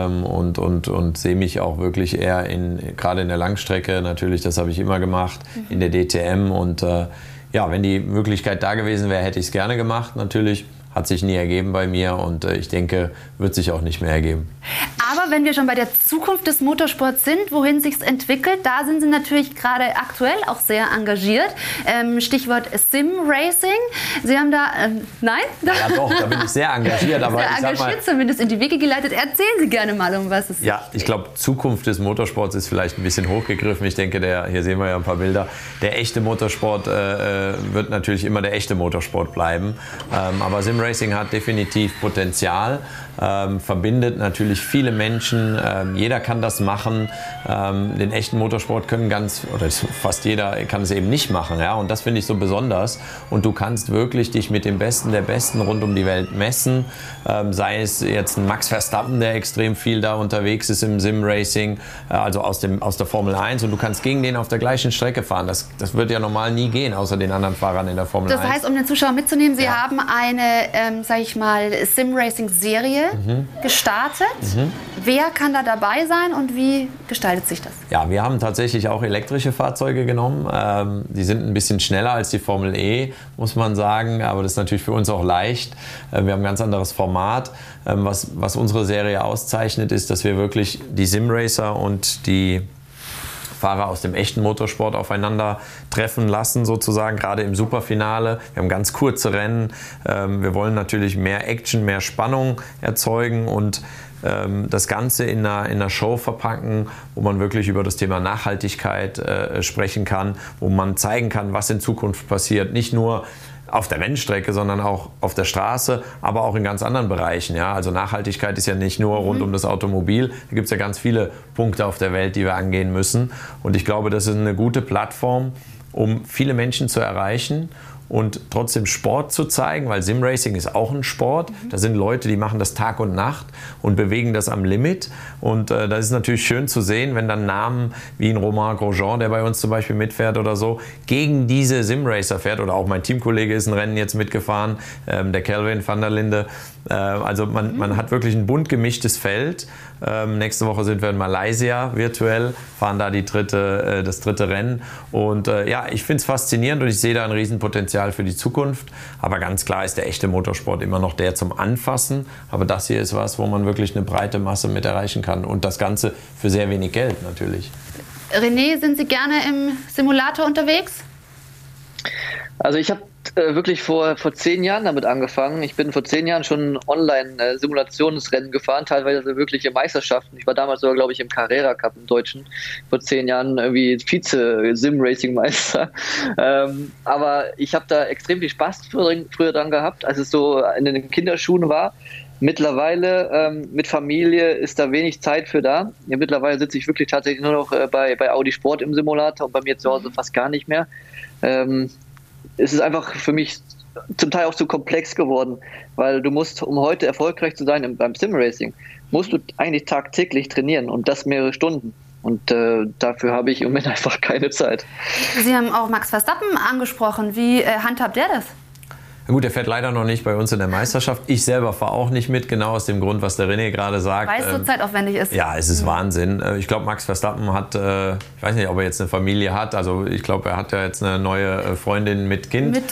und sehe mich auch wirklich eher gerade in der Langstrecke, natürlich, das habe ich immer gemacht, in der DTM. Und ja, wenn die Möglichkeit da gewesen wäre, hätte ich es gerne gemacht, natürlich. Hat sich nie ergeben bei mir und ich denke, wird sich auch nicht mehr ergeben. Aber wenn wir schon bei der Zukunft des Motorsports sind, wohin sich's entwickelt, da sind Sie natürlich gerade aktuell auch sehr engagiert. Stichwort Sim Racing. Sie haben da, nein? Ja doch, da bin ich sehr engagiert. Aber sehr engagiert, zumindest in die Wege geleitet. Erzählen Sie gerne mal, um was es geht. Ja, ich glaube, Zukunft des Motorsports ist vielleicht ein bisschen hochgegriffen. Ich denke, hier sehen wir ja ein paar Bilder. Der echte Motorsport wird natürlich immer der echte Motorsport bleiben. Aber Sim Racing hat definitiv Potenzial, verbindet natürlich viele Menschen, jeder kann das machen, den echten Motorsport können fast jeder kann es eben nicht machen, ja? Und das finde ich so besonders und du kannst wirklich dich mit dem Besten der Besten rund um die Welt messen, sei es jetzt ein Max Verstappen, der extrem viel da unterwegs ist im Sim Racing, also aus der Formel 1 und du kannst gegen den auf der gleichen Strecke fahren, das wird ja normal nie gehen, außer den anderen Fahrern in der Formel 1. Das heißt, um den Zuschauer mitzunehmen, Sie haben eine, sag ich mal, Sim-Racing-Serie gestartet. Wer kann da dabei sein und wie gestaltet sich das? Ja, wir haben tatsächlich auch elektrische Fahrzeuge genommen. Die sind ein bisschen schneller als die Formel E, muss man sagen, aber das ist natürlich für uns auch leicht. Wir haben ein ganz anderes Format. Was unsere Serie auszeichnet, ist, dass wir wirklich die Sim-Racer und die Fahrer aus dem echten Motorsport aufeinander treffen lassen, sozusagen, gerade im Superfinale. Wir haben ganz kurze Rennen. Wir wollen natürlich mehr Action, mehr Spannung erzeugen und das Ganze in einer Show verpacken, wo man wirklich über das Thema Nachhaltigkeit sprechen kann, wo man zeigen kann, was in Zukunft passiert. Nicht nur auf der Rennstrecke, sondern auch auf der Straße, aber auch in ganz anderen Bereichen. Ja? Also Nachhaltigkeit ist ja nicht nur rund um das Automobil. Da gibt es ja ganz viele Punkte auf der Welt, die wir angehen müssen. Und ich glaube, das ist eine gute Plattform, um viele Menschen zu erreichen und trotzdem Sport zu zeigen, weil Simracing ist auch ein Sport. Da sind Leute, die machen das Tag und Nacht und bewegen das am Limit. Und das ist natürlich schön zu sehen, wenn dann Namen wie ein Romain Grosjean, der bei uns zum Beispiel mitfährt oder so, gegen diese Simracer fährt. Oder auch mein Teamkollege ist ein Rennen jetzt mitgefahren, der Kelvin van der Linde. Also man hat wirklich ein bunt gemischtes Feld. Nächste Woche sind wir in Malaysia virtuell, fahren da das dritte Rennen. Und ja, ich finde es faszinierend und ich sehe da ein Riesenpotenzial für die Zukunft. Aber ganz klar ist der echte Motorsport immer noch der zum Anfassen. Aber das hier ist was, wo man wirklich eine breite Masse mit erreichen kann. Und das Ganze für sehr wenig Geld natürlich. René, sind Sie gerne im Simulator unterwegs? Also ich habe wirklich vor 10 Jahren damit angefangen. Ich bin vor 10 Jahren schon Online-Simulationsrennen gefahren, teilweise wirkliche Meisterschaften. Ich war damals sogar, glaube ich, im Carrera Cup im Deutschen. Vor 10 Jahren irgendwie Vize-Sim-Racing-Meister. Aber ich habe da extrem viel Spaß früher dran gehabt, als es so in den Kinderschuhen war. Mittlerweile mit Familie ist da wenig Zeit für da. Ja, mittlerweile sitze ich wirklich tatsächlich nur noch bei Audi Sport im Simulator und bei mir zu Hause fast gar nicht mehr. Es ist einfach für mich zum Teil auch zu komplex geworden, weil du musst, um heute erfolgreich zu sein beim Sim-Racing, musst du eigentlich tagtäglich trainieren und das mehrere Stunden. Und dafür habe ich im Moment einfach keine Zeit. Sie haben auch Max Verstappen angesprochen. Wie handhabt der das? Na gut, der fährt leider noch nicht bei uns in der Meisterschaft. Ich selber fahre auch nicht mit, genau aus dem Grund, was der René gerade sagt. Weil es so zeitaufwendig ist. Ja, es ist Wahnsinn. Ich glaube, Max Verstappen hat, ich weiß nicht, ob er jetzt eine Familie hat. Also ich glaube, er hat ja jetzt eine neue Freundin mit Kind. Mit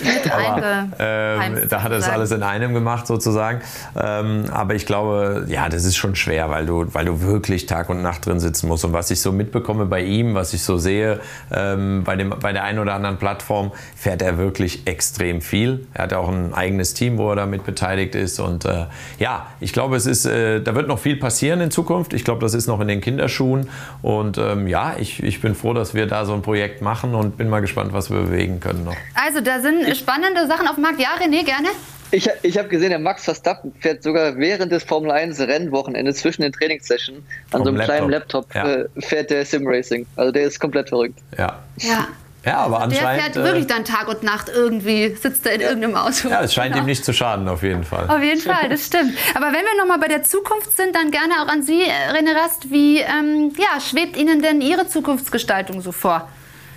da hat er das alles in einem gemacht sozusagen. Aber ich glaube, ja, das ist schon schwer, weil du wirklich Tag und Nacht drin sitzen musst. Und was ich so mitbekomme bei ihm, was ich so sehe, bei der einen oder anderen Plattform, fährt er wirklich extrem viel. Er hat auch ein eigenes Team, wo er damit beteiligt ist. Und ja, ich glaube, da wird noch viel passieren in Zukunft. Ich glaube, das ist noch in den Kinderschuhen. Und ja, ich bin froh, dass wir da so ein Projekt machen und bin mal gespannt, was wir bewegen können noch. Also da sind spannende Sachen auf dem Markt. Ja, René, gerne. Ich habe gesehen, der Max Verstappen fährt sogar während des Formel 1 Rennwochenendes zwischen den Trainingssessions an so einem kleinen Laptop fährt der Sim-Racing. Also der ist komplett verrückt. Ja. Ja, aber also anscheinend... Der fährt wirklich dann Tag und Nacht irgendwie, sitzt er in irgendeinem Auto. Ja, es scheint ihm nicht zu schaden, auf jeden Fall. Auf jeden Fall, das stimmt. Aber wenn wir nochmal bei der Zukunft sind, dann gerne auch an Sie, René Rast. Wie schwebt Ihnen denn Ihre Zukunftsgestaltung so vor?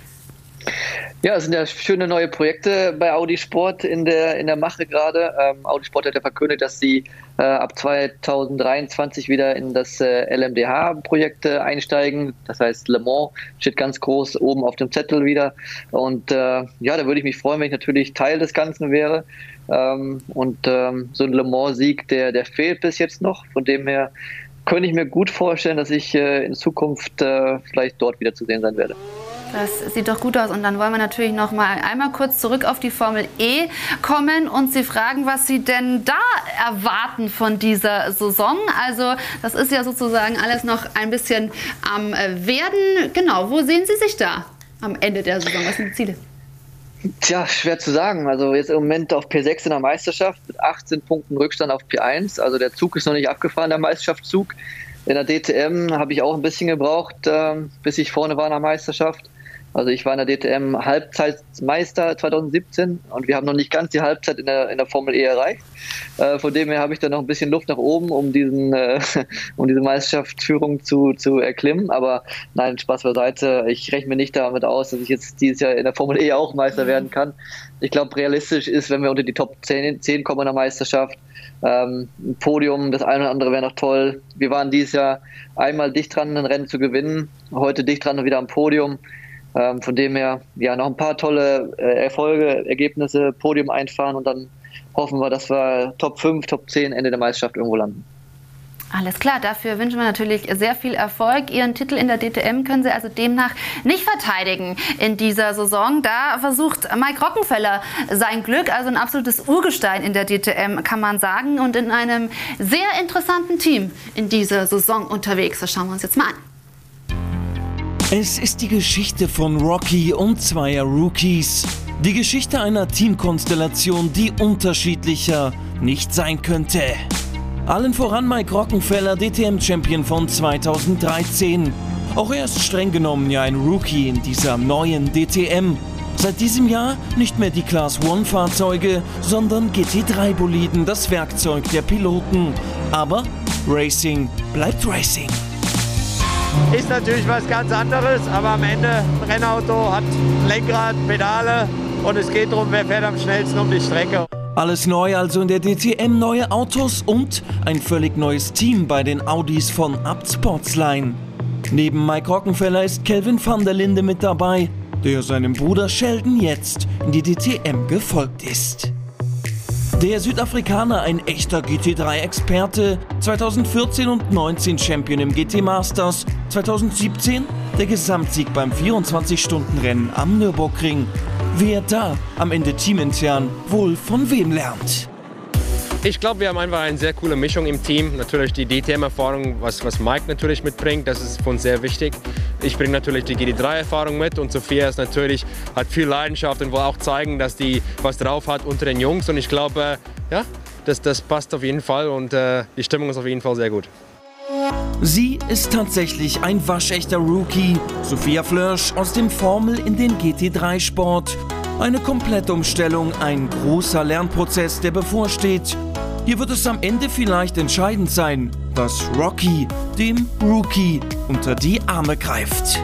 Ja, es sind ja schöne neue Projekte bei Audi Sport in der Mache gerade. Audi Sport hat ja verkündet, dass sie ab 2023 wieder in das LMDH-Projekt einsteigen. Das heißt, Le Mans steht ganz groß oben auf dem Zettel wieder. Und da würde ich mich freuen, wenn ich natürlich Teil des Ganzen wäre. So ein Le Mans-Sieg, der fehlt bis jetzt noch. Von dem her könnte ich mir gut vorstellen, dass ich in Zukunft vielleicht dort wieder zu sehen sein werde. Das sieht doch gut aus. Und dann wollen wir natürlich noch mal einmal kurz zurück auf die Formel E kommen und Sie fragen, was Sie denn da erwarten von dieser Saison. Also das ist ja sozusagen alles noch ein bisschen am Werden. Genau, wo sehen Sie sich da am Ende der Saison? Was sind die Ziele? Tja, schwer zu sagen. Also jetzt im Moment auf P6 in der Meisterschaft mit 18 Punkten Rückstand auf P1. Also der Zug ist noch nicht abgefahren, der Meisterschaftszug. In der DTM habe ich auch ein bisschen gebraucht, bis ich vorne war in der Meisterschaft. Also ich war in der DTM Halbzeitmeister 2017 und wir haben noch nicht ganz die Halbzeit in der Formel E erreicht. Von dem her habe ich dann noch ein bisschen Luft nach oben, um diese Meisterschaftsführung zu erklimmen. Aber nein, Spaß beiseite. Ich rechne mir nicht damit aus, dass ich jetzt dieses Jahr in der Formel E auch Meister werden kann. Ich glaube, realistisch ist, wenn wir unter die Top 10 kommen in der Meisterschaft. Ein Podium, das eine oder andere wäre noch toll. Wir waren dieses Jahr einmal dicht dran, ein Rennen zu gewinnen. Heute dicht dran und wieder am Podium. Von dem her, ja, noch ein paar tolle Erfolge, Ergebnisse, Podium einfahren und dann hoffen wir, dass wir Top 5, Top 10 Ende der Meisterschaft irgendwo landen. Alles klar, dafür wünschen wir natürlich sehr viel Erfolg. Ihren Titel in der DTM können Sie also demnach nicht verteidigen in dieser Saison. Da versucht Mike Rockenfeller sein Glück, also ein absolutes Urgestein in der DTM, kann man sagen. Und in einem sehr interessanten Team in dieser Saison unterwegs. Das schauen wir uns jetzt mal an. Es ist die Geschichte von Rocky und zweier Rookies. Die Geschichte einer Teamkonstellation, die unterschiedlicher nicht sein könnte. Allen voran Mike Rockenfeller, DTM-Champion von 2013. Auch er ist streng genommen ja ein Rookie in dieser neuen DTM. Seit diesem Jahr nicht mehr die Class-1-Fahrzeuge, sondern GT3-Boliden, das Werkzeug der Piloten. Aber Racing bleibt Racing. Ist natürlich was ganz anderes, aber am Ende ein Rennauto hat Lenkrad, Pedale und es geht darum, wer fährt am schnellsten um die Strecke. Alles neu also in der DTM, neue Autos und ein völlig neues Team bei den Audis von Abt Sportsline. Neben Mike Rockenfeller ist Kelvin van der Linde mit dabei, der seinem Bruder Sheldon jetzt in die DTM gefolgt ist. Der Südafrikaner, ein echter GT3-Experte, 2014 und 19 Champion im GT Masters, 2017 der Gesamtsieg beim 24-Stunden-Rennen am Nürburgring. Wer da am Ende teamintern wohl von wem lernt? Ich glaube, wir haben einfach eine sehr coole Mischung im Team. Natürlich die DTM-Erfahrung, was Mike natürlich mitbringt, das ist für uns sehr wichtig. Ich bringe natürlich die GT3-Erfahrung mit und Sophia ist natürlich, hat viel Leidenschaft und will auch zeigen, dass die was drauf hat unter den Jungs. Und ich glaube, ja, das passt auf jeden Fall und die Stimmung ist auf jeden Fall sehr gut. Sie ist tatsächlich ein waschechter Rookie. Sophia Flörsch aus dem Formel in den GT3-Sport. Eine Komplettumstellung, ein großer Lernprozess, der bevorsteht. Hier wird es am Ende vielleicht entscheidend sein, dass Rocky dem Rookie unter die Arme greift.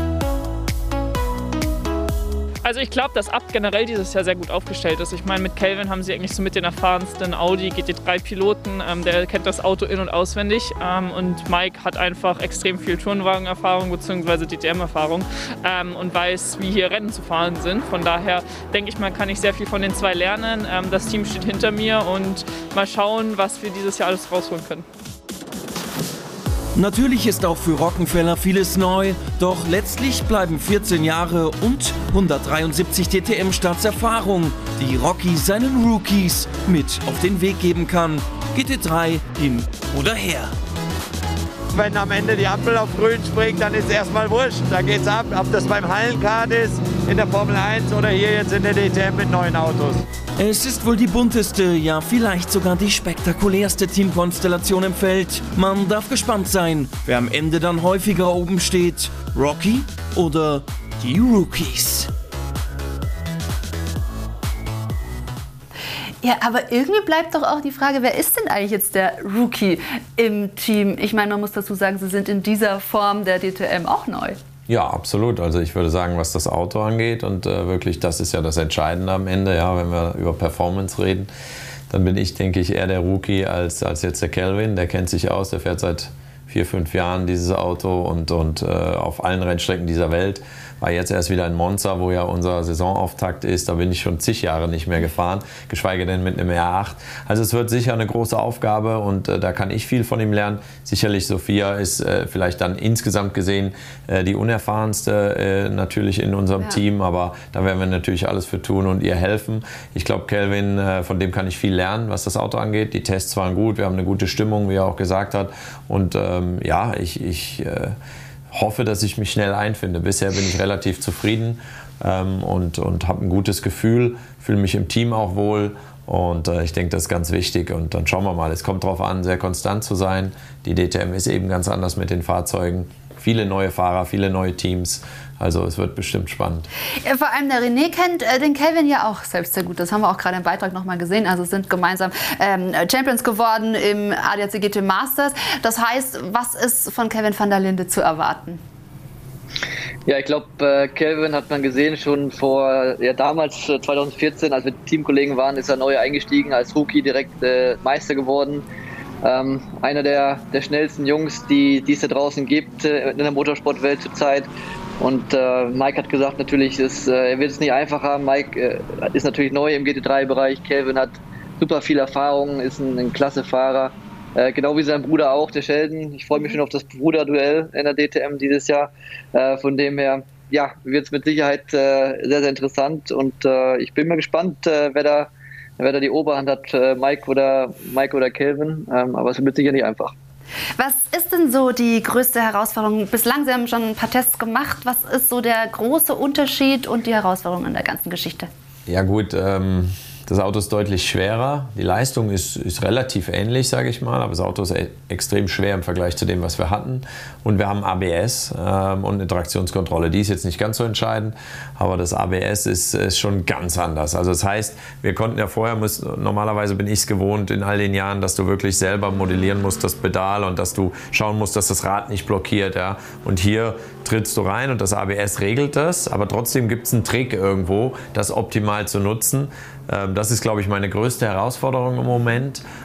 Also ich glaube, dass Abt generell dieses Jahr sehr gut aufgestellt ist. Ich meine, mit Kelvin haben sie eigentlich so mit den erfahrensten Audi GT3-Piloten. Der kennt das Auto in- und auswendig. Und Mike hat einfach extrem viel Tourenwagen-Erfahrung bzw. DTM-Erfahrung und weiß, wie hier Rennen zu fahren sind. Von daher denke ich mal, kann ich sehr viel von den zwei lernen. Das Team steht hinter mir und mal schauen, was wir dieses Jahr alles rausholen können. Natürlich ist auch für Rockenfeller vieles neu, doch letztlich bleiben 14 Jahre und 173 DTM-Starts Erfahrung, die Rocky seinen Rookies mit auf den Weg geben kann. GT3 hin oder her. Wenn am Ende die Ampel auf grün springt, dann ist es erstmal wurscht. Da geht's ab, ob das beim Hallenkart ist, in der Formel 1 oder hier jetzt in der DTM mit neuen Autos. Es ist wohl die bunteste, ja vielleicht sogar die spektakulärste Teamkonstellation im Feld. Man darf gespannt sein, wer am Ende dann häufiger oben steht. Rocky oder die Rookies? Ja, aber irgendwie bleibt doch auch die Frage, wer ist denn eigentlich jetzt der Rookie im Team? Ich meine, man muss dazu sagen, sie sind in dieser Form der DTM auch neu. Ja, absolut. Also ich würde sagen, was das Auto angeht und wirklich, das ist ja das Entscheidende am Ende, ja, wenn wir über Performance reden, dann bin ich, denke ich, eher der Rookie als jetzt der Kelvin. Der kennt sich aus, der fährt seit 4-5 Jahren dieses Auto und auf allen Rennstrecken dieser Welt. War jetzt erst wieder in Monza, wo ja unser Saisonauftakt ist. Da bin ich schon zig Jahre nicht mehr gefahren, geschweige denn mit einem R8. Also es wird sicher eine große Aufgabe und da kann ich viel von ihm lernen. Sicherlich Sophia ist vielleicht dann insgesamt gesehen die unerfahrenste natürlich in unserem Team, aber da werden wir natürlich alles für tun und ihr helfen. Ich glaube, Kelvin, von dem kann ich viel lernen, was das Auto angeht. Die Tests waren gut, wir haben eine gute Stimmung, wie er auch gesagt hat. Und ja, ich hoffe, dass ich mich schnell einfinde. Bisher bin ich relativ zufrieden und habe ein gutes Gefühl, fühle mich im Team auch wohl und ich denke, das ist ganz wichtig und dann schauen wir mal. Es kommt darauf an, sehr konstant zu sein. Die DTM ist eben ganz anders mit den Fahrzeugen. Viele neue Fahrer, viele neue Teams. Also es wird bestimmt spannend. Vor allem der René kennt den Kelvin ja auch selbst sehr gut. Das haben wir auch gerade im Beitrag noch mal gesehen. Also sind gemeinsam Champions geworden im ADAC GT Masters. Das heißt, was ist von Kelvin van der Linde zu erwarten? Ja, ich glaube, Kelvin hat man gesehen schon vor, damals 2014, als wir Teamkollegen waren, ist er neu eingestiegen, als Rookie direkt Meister geworden. Einer der schnellsten Jungs, die es da draußen gibt in der Motorsportwelt zurzeit. Und Mike hat gesagt, natürlich, er wird es nicht einfach haben. Mike ist natürlich neu im GT3-Bereich. Kelvin hat super viel Erfahrung, ist ein klasse Fahrer. Genau wie sein Bruder auch, der Sheldon. Ich freue mich schon auf das Bruderduell in der DTM dieses Jahr. Von dem her, ja, wird es mit Sicherheit sehr, sehr interessant. Und ich bin mal gespannt, wer da die Oberhand hat, Mike oder Kelvin. Aber es wird sicher nicht einfach. Was ist denn so die größte Herausforderung? Bislang, Sie haben schon ein paar Tests gemacht. Was ist so der große Unterschied und die Herausforderung in der ganzen Geschichte? Ja gut, das Auto ist deutlich schwerer. Die Leistung ist relativ ähnlich, sage ich mal, aber das Auto ist extrem schwer im Vergleich zu dem, was wir hatten. Und wir haben ABS und eine Traktionskontrolle. Die ist jetzt nicht ganz so entscheidend, aber das ABS ist schon ganz anders. Also das heißt, wir konnten ja vorher, normalerweise bin ich es gewohnt in all den Jahren, dass du wirklich selber modellieren musst, das Pedal, und dass du schauen musst, dass das Rad nicht blockiert. Ja? Und hier trittst du rein und das ABS regelt das, aber trotzdem gibt es einen Trick irgendwo, das optimal zu nutzen. Das ist, glaube ich, meine größte Herausforderung im Moment.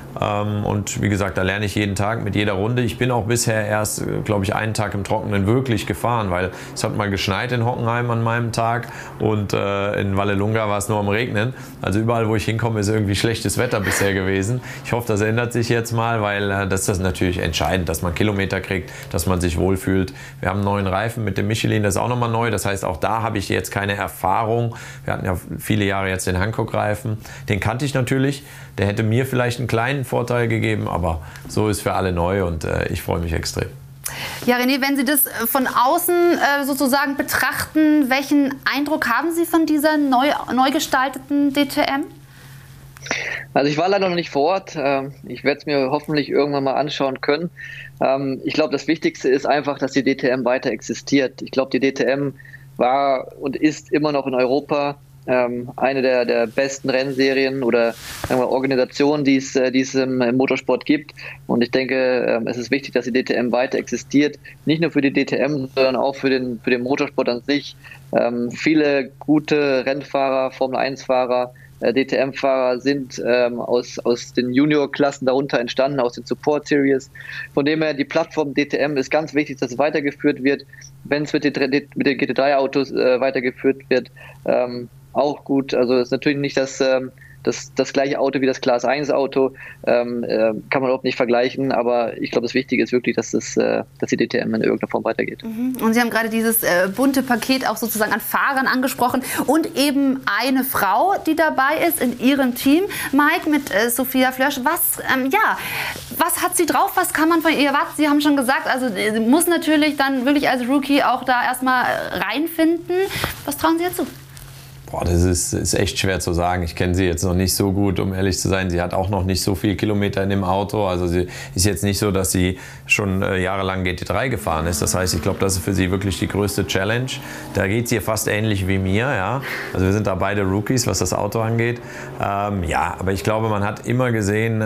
Und wie gesagt, da lerne ich jeden Tag mit jeder Runde. Ich bin auch bisher erst, glaube ich, einen Tag im Trockenen wirklich gefahren, weil es hat mal geschneit in Hockenheim an meinem Tag und in Vallelunga war es nur am Regnen. Also überall, wo ich hinkomme, ist irgendwie schlechtes Wetter bisher gewesen. Ich hoffe, das ändert sich jetzt mal, weil das ist natürlich entscheidend, dass man Kilometer kriegt, dass man sich wohlfühlt. Wir haben einen neuen Reifen mit dem Michelin, das ist auch nochmal neu. Das heißt, auch da habe ich jetzt keine Erfahrung. Wir hatten ja viele Jahre jetzt den Hankook-Reifen. Den kannte ich natürlich. Der hätte mir vielleicht einen kleinen Vorteil gegeben, aber so ist für alle neu und ich freue mich extrem. Ja, René, wenn Sie das von außen sozusagen betrachten, welchen Eindruck haben Sie von dieser neu gestalteten DTM? Also ich war leider noch nicht vor Ort. Ich werde es mir hoffentlich irgendwann mal anschauen können. Ich glaube, das Wichtigste ist einfach, dass die DTM weiter existiert. Ich glaube, die DTM war und ist immer noch in Europa eine der besten Rennserien oder Organisationen, die es im Motorsport gibt. Und ich denke, es ist wichtig, dass die DTM weiter existiert. Nicht nur für die DTM, sondern auch für den Motorsport an sich. Viele gute Rennfahrer, Formel-1-Fahrer, DTM-Fahrer sind aus den Junior-Klassen darunter entstanden, aus den Support-Series. Von dem her, die Plattform DTM ist ganz wichtig, dass es weitergeführt wird. Wenn es mit den GT3-Autos weitergeführt wird, auch gut. Also es ist natürlich nicht das gleiche Auto wie das Class 1 Auto, kann man überhaupt nicht vergleichen, aber ich glaube, das Wichtige ist wirklich, dass die DTM in irgendeiner Form weitergeht. Und Sie haben gerade dieses bunte Paket auch sozusagen an Fahrern angesprochen und eben eine Frau, die dabei ist in Ihrem Team, Mike, mit Sophia Flörsch. Was hat sie drauf? Was kann man von ihr erwarten? Sie haben schon gesagt, also sie muss natürlich dann wirklich als Rookie auch da erstmal reinfinden. Was trauen Sie ihr zu? Boah, das ist echt schwer zu sagen. Ich kenne sie jetzt noch nicht so gut, um ehrlich zu sein. Sie hat auch noch nicht so viele Kilometer in dem Auto. Also sie ist jetzt nicht so, dass sie schon jahrelang GT3 gefahren ist. Das heißt, ich glaube, das ist für sie wirklich die größte Challenge. Da geht es ihr fast ähnlich wie mir. Ja? Also wir sind da beide Rookies, was das Auto angeht. Aber ich glaube, man hat immer gesehen,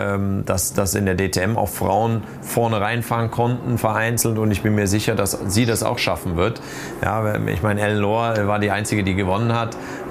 dass in der DTM auch Frauen vorne reinfahren konnten, vereinzelt. Und ich bin mir sicher, dass sie das auch schaffen wird. Ja, ich meine, Ellen Lohr war die Einzige, die gewonnen hat.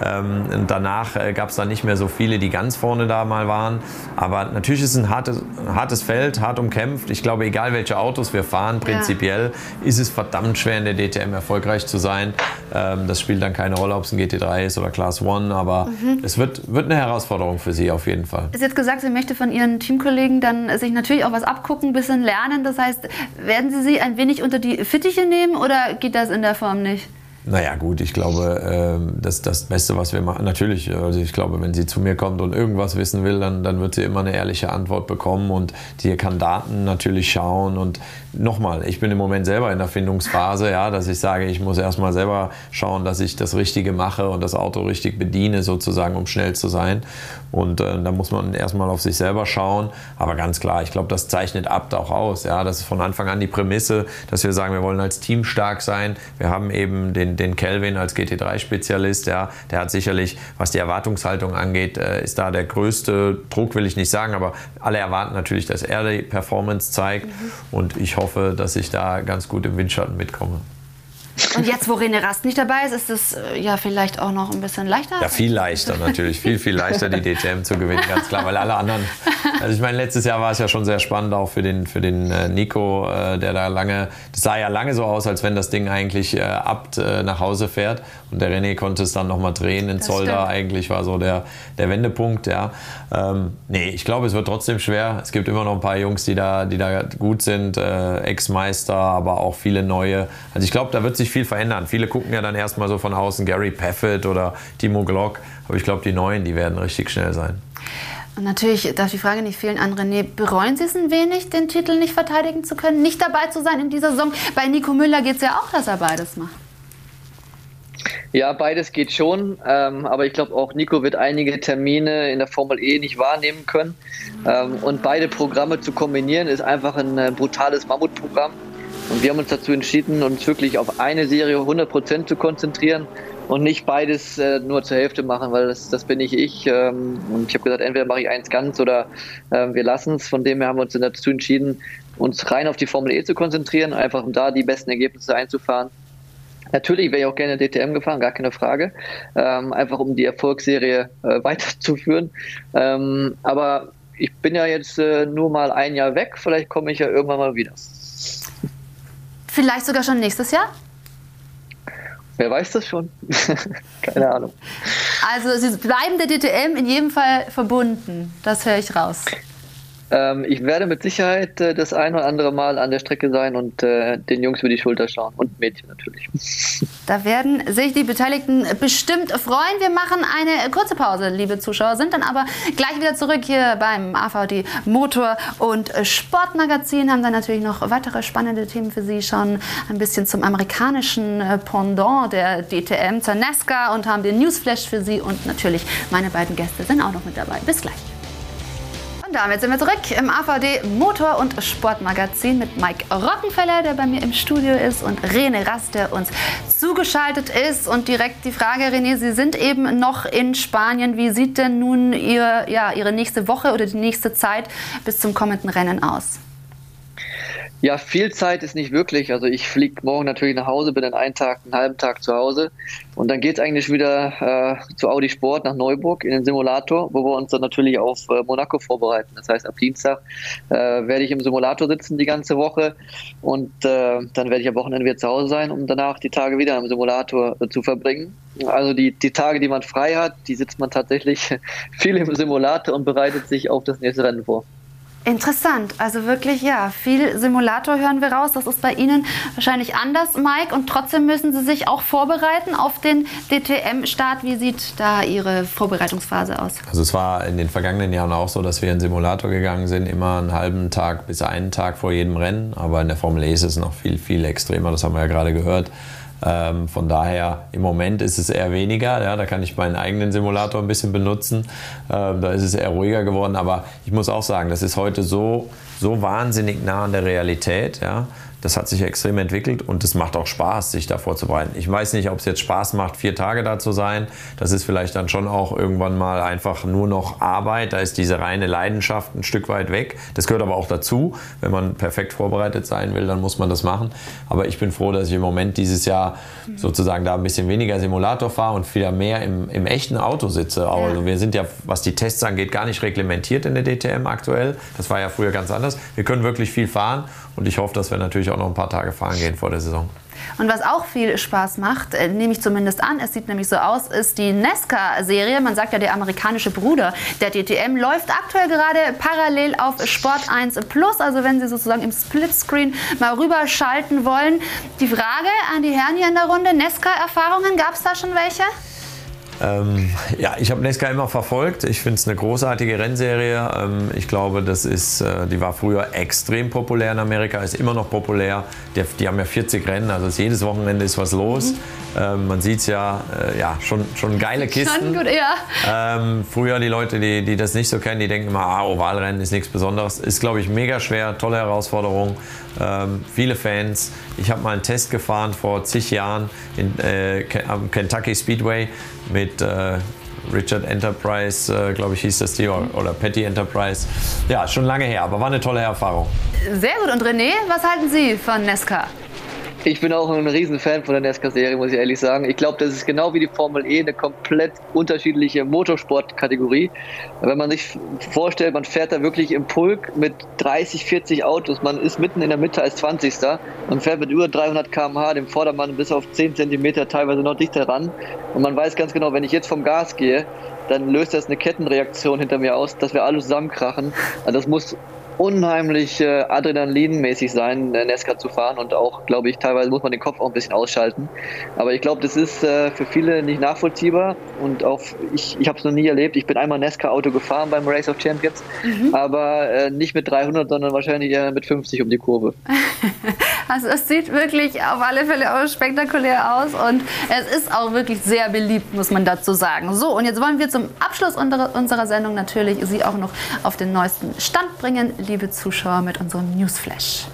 Und danach gab es dann nicht mehr so viele, die ganz vorne da mal waren. Aber natürlich ist es ein hartes Feld, hart umkämpft. Ich glaube, egal welche Autos wir fahren, prinzipiell ist es verdammt schwer, in der DTM erfolgreich zu sein. Das spielt dann keine Rolle, ob es ein GT3 ist oder Class 1, aber es wird eine Herausforderung für sie auf jeden Fall. Sie hat gesagt, sie möchte von ihren Teamkollegen dann sich natürlich auch was abgucken, ein bisschen lernen. Das heißt, werden Sie ein wenig unter die Fittiche nehmen oder geht das in der Form nicht? Naja gut, ich glaube, das Beste, was wir machen, natürlich, also ich glaube, wenn sie zu mir kommt und irgendwas wissen will, dann wird sie immer eine ehrliche Antwort bekommen und die kann Daten natürlich schauen und nochmal, ich bin im Moment selber in der Findungsphase, ja, dass ich sage, ich muss erstmal selber schauen, dass ich das Richtige mache und das Auto richtig bediene sozusagen, um schnell zu sein und da muss man erstmal auf sich selber schauen, aber ganz klar, ich glaube, das zeichnet Abt auch aus, ja, das ist von Anfang an die Prämisse, dass wir sagen, wir wollen als Team stark sein, wir haben eben den Kelvin als GT3-Spezialist, ja, der hat sicherlich, was die Erwartungshaltung angeht, ist da der größte Druck, will ich nicht sagen, aber alle erwarten natürlich, dass er die Performance zeigt und ich hoffe, dass ich da ganz gut im Windschatten mitkomme. Und jetzt, wo René Rast nicht dabei ist es ja vielleicht auch noch ein bisschen leichter? Ja, viel leichter natürlich. Viel leichter, die DTM zu gewinnen, ganz klar. Weil alle anderen, also ich meine, letztes Jahr war es ja schon sehr spannend, auch für den Nico, der da das sah ja lange so aus, als wenn das Ding eigentlich Abt nach Hause fährt. Und der René konnte es dann nochmal drehen in Zolder. Eigentlich war so der Wendepunkt, ja. Nee, ich glaube, es wird trotzdem schwer. Es gibt immer noch ein paar Jungs, die da gut sind, Ex-Meister, aber auch viele neue. Also ich glaube, da wird sich viel verändern. Viele gucken ja dann erstmal so von außen, Gary Paffett oder Timo Glock. Aber ich glaube, die Neuen, die werden richtig schnell sein. Und natürlich darf die Frage nicht fehlen an René. Bereuen Sie es ein wenig, den Titel nicht verteidigen zu können, nicht dabei zu sein in dieser Saison? Bei Nico Müller geht es ja auch, dass er beides macht. Ja, beides geht schon, aber ich glaube auch Nico wird einige Termine in der Formel E nicht wahrnehmen können. Und beide Programme zu kombinieren ist einfach ein brutales Mammutprogramm. Und wir haben uns dazu entschieden, uns wirklich auf eine Serie 100% zu konzentrieren und nicht beides nur zur Hälfte machen, weil das bin nicht ich. Und ich habe gesagt, entweder mache ich eins ganz oder wir lassen es. Von dem her haben wir uns dazu entschieden, uns rein auf die Formel E zu konzentrieren, einfach um da die besten Ergebnisse einzufahren. Natürlich wäre ich auch gerne DTM gefahren, gar keine Frage, einfach um die Erfolgsserie weiterzuführen. Aber ich bin ja jetzt nur mal ein Jahr weg, vielleicht komme ich ja irgendwann mal wieder. Vielleicht sogar schon nächstes Jahr? Wer weiß das schon? Keine Ahnung. Also Sie bleiben der DTM in jedem Fall verbunden, das höre ich raus. Ich werde mit Sicherheit das ein oder andere Mal an der Strecke sein und den Jungs über die Schulter schauen und Mädchen natürlich. Da werden sich die Beteiligten bestimmt freuen. Wir machen eine kurze Pause, liebe Zuschauer, sind dann aber gleich wieder zurück hier beim AVD Motor- und Sportmagazin. Haben dann natürlich noch weitere spannende Themen für Sie, schauen ein bisschen zum amerikanischen Pendant der DTM, zur NASCAR, und haben den Newsflash für Sie, und natürlich meine beiden Gäste sind auch noch mit dabei. Bis gleich. Damit sind wir zurück im AVD Motor- und Sportmagazin mit Mike Rockenfeller, der bei mir im Studio ist, und René Rast, der uns zugeschaltet ist. Und direkt die Frage, René, Sie sind eben noch in Spanien. Wie sieht denn nun Ihre nächste Woche oder die nächste Zeit bis zum kommenden Rennen aus? Ja, viel Zeit ist nicht wirklich. Also ich fliege morgen natürlich nach Hause, bin dann einen halben Tag zu Hause. Und dann geht es eigentlich wieder zu Audi Sport nach Neuburg in den Simulator, wo wir uns dann natürlich auf Monaco vorbereiten. Das heißt, ab Dienstag werde ich im Simulator sitzen die ganze Woche. Und dann werde ich am Wochenende wieder zu Hause sein, um danach die Tage wieder im Simulator zu verbringen. Also die Tage, die man frei hat, die sitzt man tatsächlich viel im Simulator und bereitet sich auf das nächste Rennen vor. Interessant, also wirklich, ja, viel Simulator hören wir raus. Das ist bei Ihnen wahrscheinlich anders, Mike, und trotzdem müssen Sie sich auch vorbereiten auf den DTM-Start. Wie sieht da Ihre Vorbereitungsphase aus? Also es war in den vergangenen Jahren auch so, dass wir in den Simulator gegangen sind, immer einen halben Tag bis einen Tag vor jedem Rennen, aber in der Formel E ist es noch viel, viel extremer, das haben wir ja gerade gehört. Von daher, im Moment ist es eher weniger, ja, da kann ich meinen eigenen Simulator ein bisschen benutzen, da ist es eher ruhiger geworden, aber ich muss auch sagen, das ist heute so wahnsinnig nah an der Realität, ja. Das hat sich extrem entwickelt und es macht auch Spaß, sich da vorzubereiten. Ich weiß nicht, ob es jetzt Spaß macht, 4 Tage da zu sein. Das ist vielleicht dann schon auch irgendwann mal einfach nur noch Arbeit. Da ist diese reine Leidenschaft ein Stück weit weg. Das gehört aber auch dazu. Wenn man perfekt vorbereitet sein will, dann muss man das machen. Aber ich bin froh, dass ich im Moment dieses Jahr sozusagen da ein bisschen weniger Simulator fahre und wieder mehr im echten Auto sitze. Also wir sind ja, was die Tests angeht, gar nicht reglementiert in der DTM aktuell. Das war ja früher ganz anders. Wir können wirklich viel fahren und ich hoffe, dass wir natürlich auch noch ein paar Tage fahren gehen vor der Saison. Und was auch viel Spaß macht, nehme ich zumindest an, es sieht nämlich so aus, ist die NASCAR-Serie. Man sagt ja, der amerikanische Bruder der DTM läuft aktuell gerade parallel auf Sport 1 Plus. Also wenn Sie sozusagen im Splitscreen mal rüberschalten wollen. Die Frage an die Herren hier in der Runde, NASCAR-Erfahrungen, gab es da schon welche? Ja, ich habe NASCAR immer verfolgt. Ich finde es eine großartige Rennserie. Ich glaube, die war früher extrem populär in Amerika, ist immer noch populär. Die haben ja 40 Rennen, also jedes Wochenende ist was los. Man sieht es ja, schon geile Kisten. Schon gut, ja. Früher die Leute, die das nicht so kennen, die denken immer, Ovalrennen ist nichts Besonderes. Ist, glaube ich, mega schwer, tolle Herausforderung. Viele Fans. Ich habe mal einen Test gefahren vor zig Jahren am Kentucky Speedway mit Richard Enterprise, glaube ich, hieß das Team, oder Petty Enterprise. Ja, schon lange her, aber war eine tolle Erfahrung. Sehr gut. Und René, was halten Sie von NASCAR? Ich bin auch ein Riesenfan von der NASCAR-Serie, muss ich ehrlich sagen. Ich glaube, das ist genau wie die Formel E eine komplett unterschiedliche Motorsportkategorie. Wenn man sich vorstellt, man fährt da wirklich im Pulk mit 30, 40 Autos. Man ist mitten in der Mitte als 20. Man fährt mit über 300 km/h dem Vordermann bis auf 10 cm teilweise noch dichter ran. Und man weiß ganz genau, wenn ich jetzt vom Gas gehe, dann löst das eine Kettenreaktion hinter mir aus, dass wir alle zusammenkrachen. Also das muss unheimlich adrenalinmäßig sein, NASCAR zu fahren, und auch, glaube ich, teilweise muss man den Kopf auch ein bisschen ausschalten. Aber ich glaube, das ist für viele nicht nachvollziehbar, und auch ich habe es noch nie erlebt. Ich bin einmal NASCAR-Auto gefahren beim Race of Champions, aber nicht mit 300, sondern wahrscheinlich eher mit 50 um die Kurve. Also es sieht wirklich auf alle Fälle auch spektakulär aus und es ist auch wirklich sehr beliebt, muss man dazu sagen. So, und jetzt wollen wir zum Abschluss unserer Sendung natürlich Sie auch noch auf den neuesten Stand bringen, liebe Zuschauer, mit unserem Newsflash.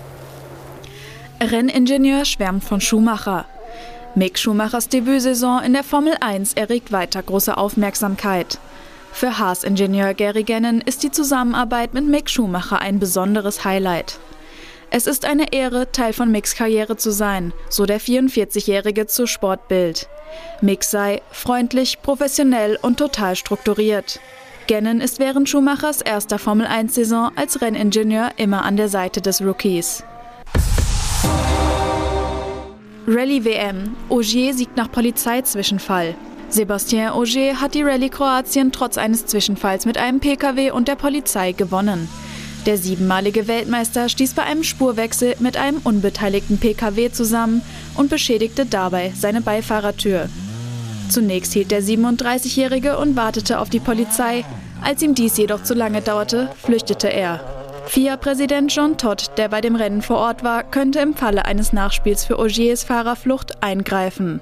Renningenieur schwärmt von Schumacher. Mick Schumachers Debütsaison in der Formel 1 erregt weiter große Aufmerksamkeit. Für Haas-Ingenieur Gary Gannon ist die Zusammenarbeit mit Mick Schumacher ein besonderes Highlight. Es ist eine Ehre, Teil von Micks Karriere zu sein, so der 44-Jährige zu Sportbild. Mick sei freundlich, professionell und total strukturiert. Gannon ist während Schumachers erster Formel-1-Saison als Renningenieur immer an der Seite des Rookies. Rallye-WM. Ogier siegt nach Polizeizwischenfall. Sébastien Ogier hat die Rallye Kroatien trotz eines Zwischenfalls mit einem Pkw und der Polizei gewonnen. Der 7-malige Weltmeister stieß bei einem Spurwechsel mit einem unbeteiligten Pkw zusammen und beschädigte dabei seine Beifahrertür. Zunächst hielt der 37-Jährige und wartete auf die Polizei. Als ihm dies jedoch zu lange dauerte, flüchtete er. FIA-Präsident Jean Todt, der bei dem Rennen vor Ort war, könnte im Falle eines Nachspiels für Ogiers Fahrerflucht eingreifen.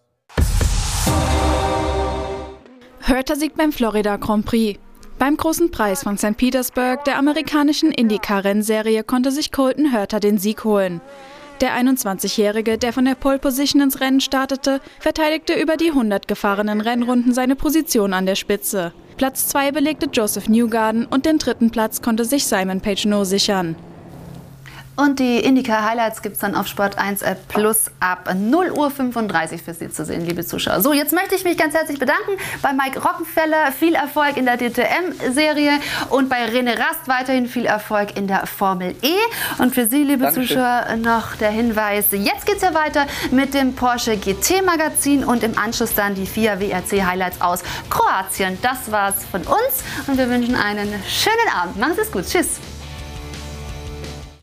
Hurter siegt beim Florida Grand Prix. Beim großen Preis von St. Petersburg der amerikanischen IndyCar-Rennserie konnte sich Colton Hurter den Sieg holen. Der 21-Jährige, der von der Pole Position ins Rennen startete, verteidigte über die 100 gefahrenen Rennrunden seine Position an der Spitze. Platz 2 belegte Joseph Newgarden und den 3. Platz konnte sich Simon Pagenaud sichern. Und die IndyCar-Highlights gibt es dann auf Sport 1 Plus ab 0:35 Uhr für Sie zu sehen, liebe Zuschauer. So, jetzt möchte ich mich ganz herzlich bedanken bei Mike Rockenfeller. Viel Erfolg in der DTM-Serie und bei René Rast weiterhin viel Erfolg in der Formel E. Und für Sie, liebe Zuschauer, noch der Hinweis, jetzt geht es ja weiter mit dem Porsche GT-Magazin und im Anschluss dann die FIA WRC-Highlights aus Kroatien. Das war's von uns und wir wünschen einen schönen Abend. Machen Sie es gut. Tschüss.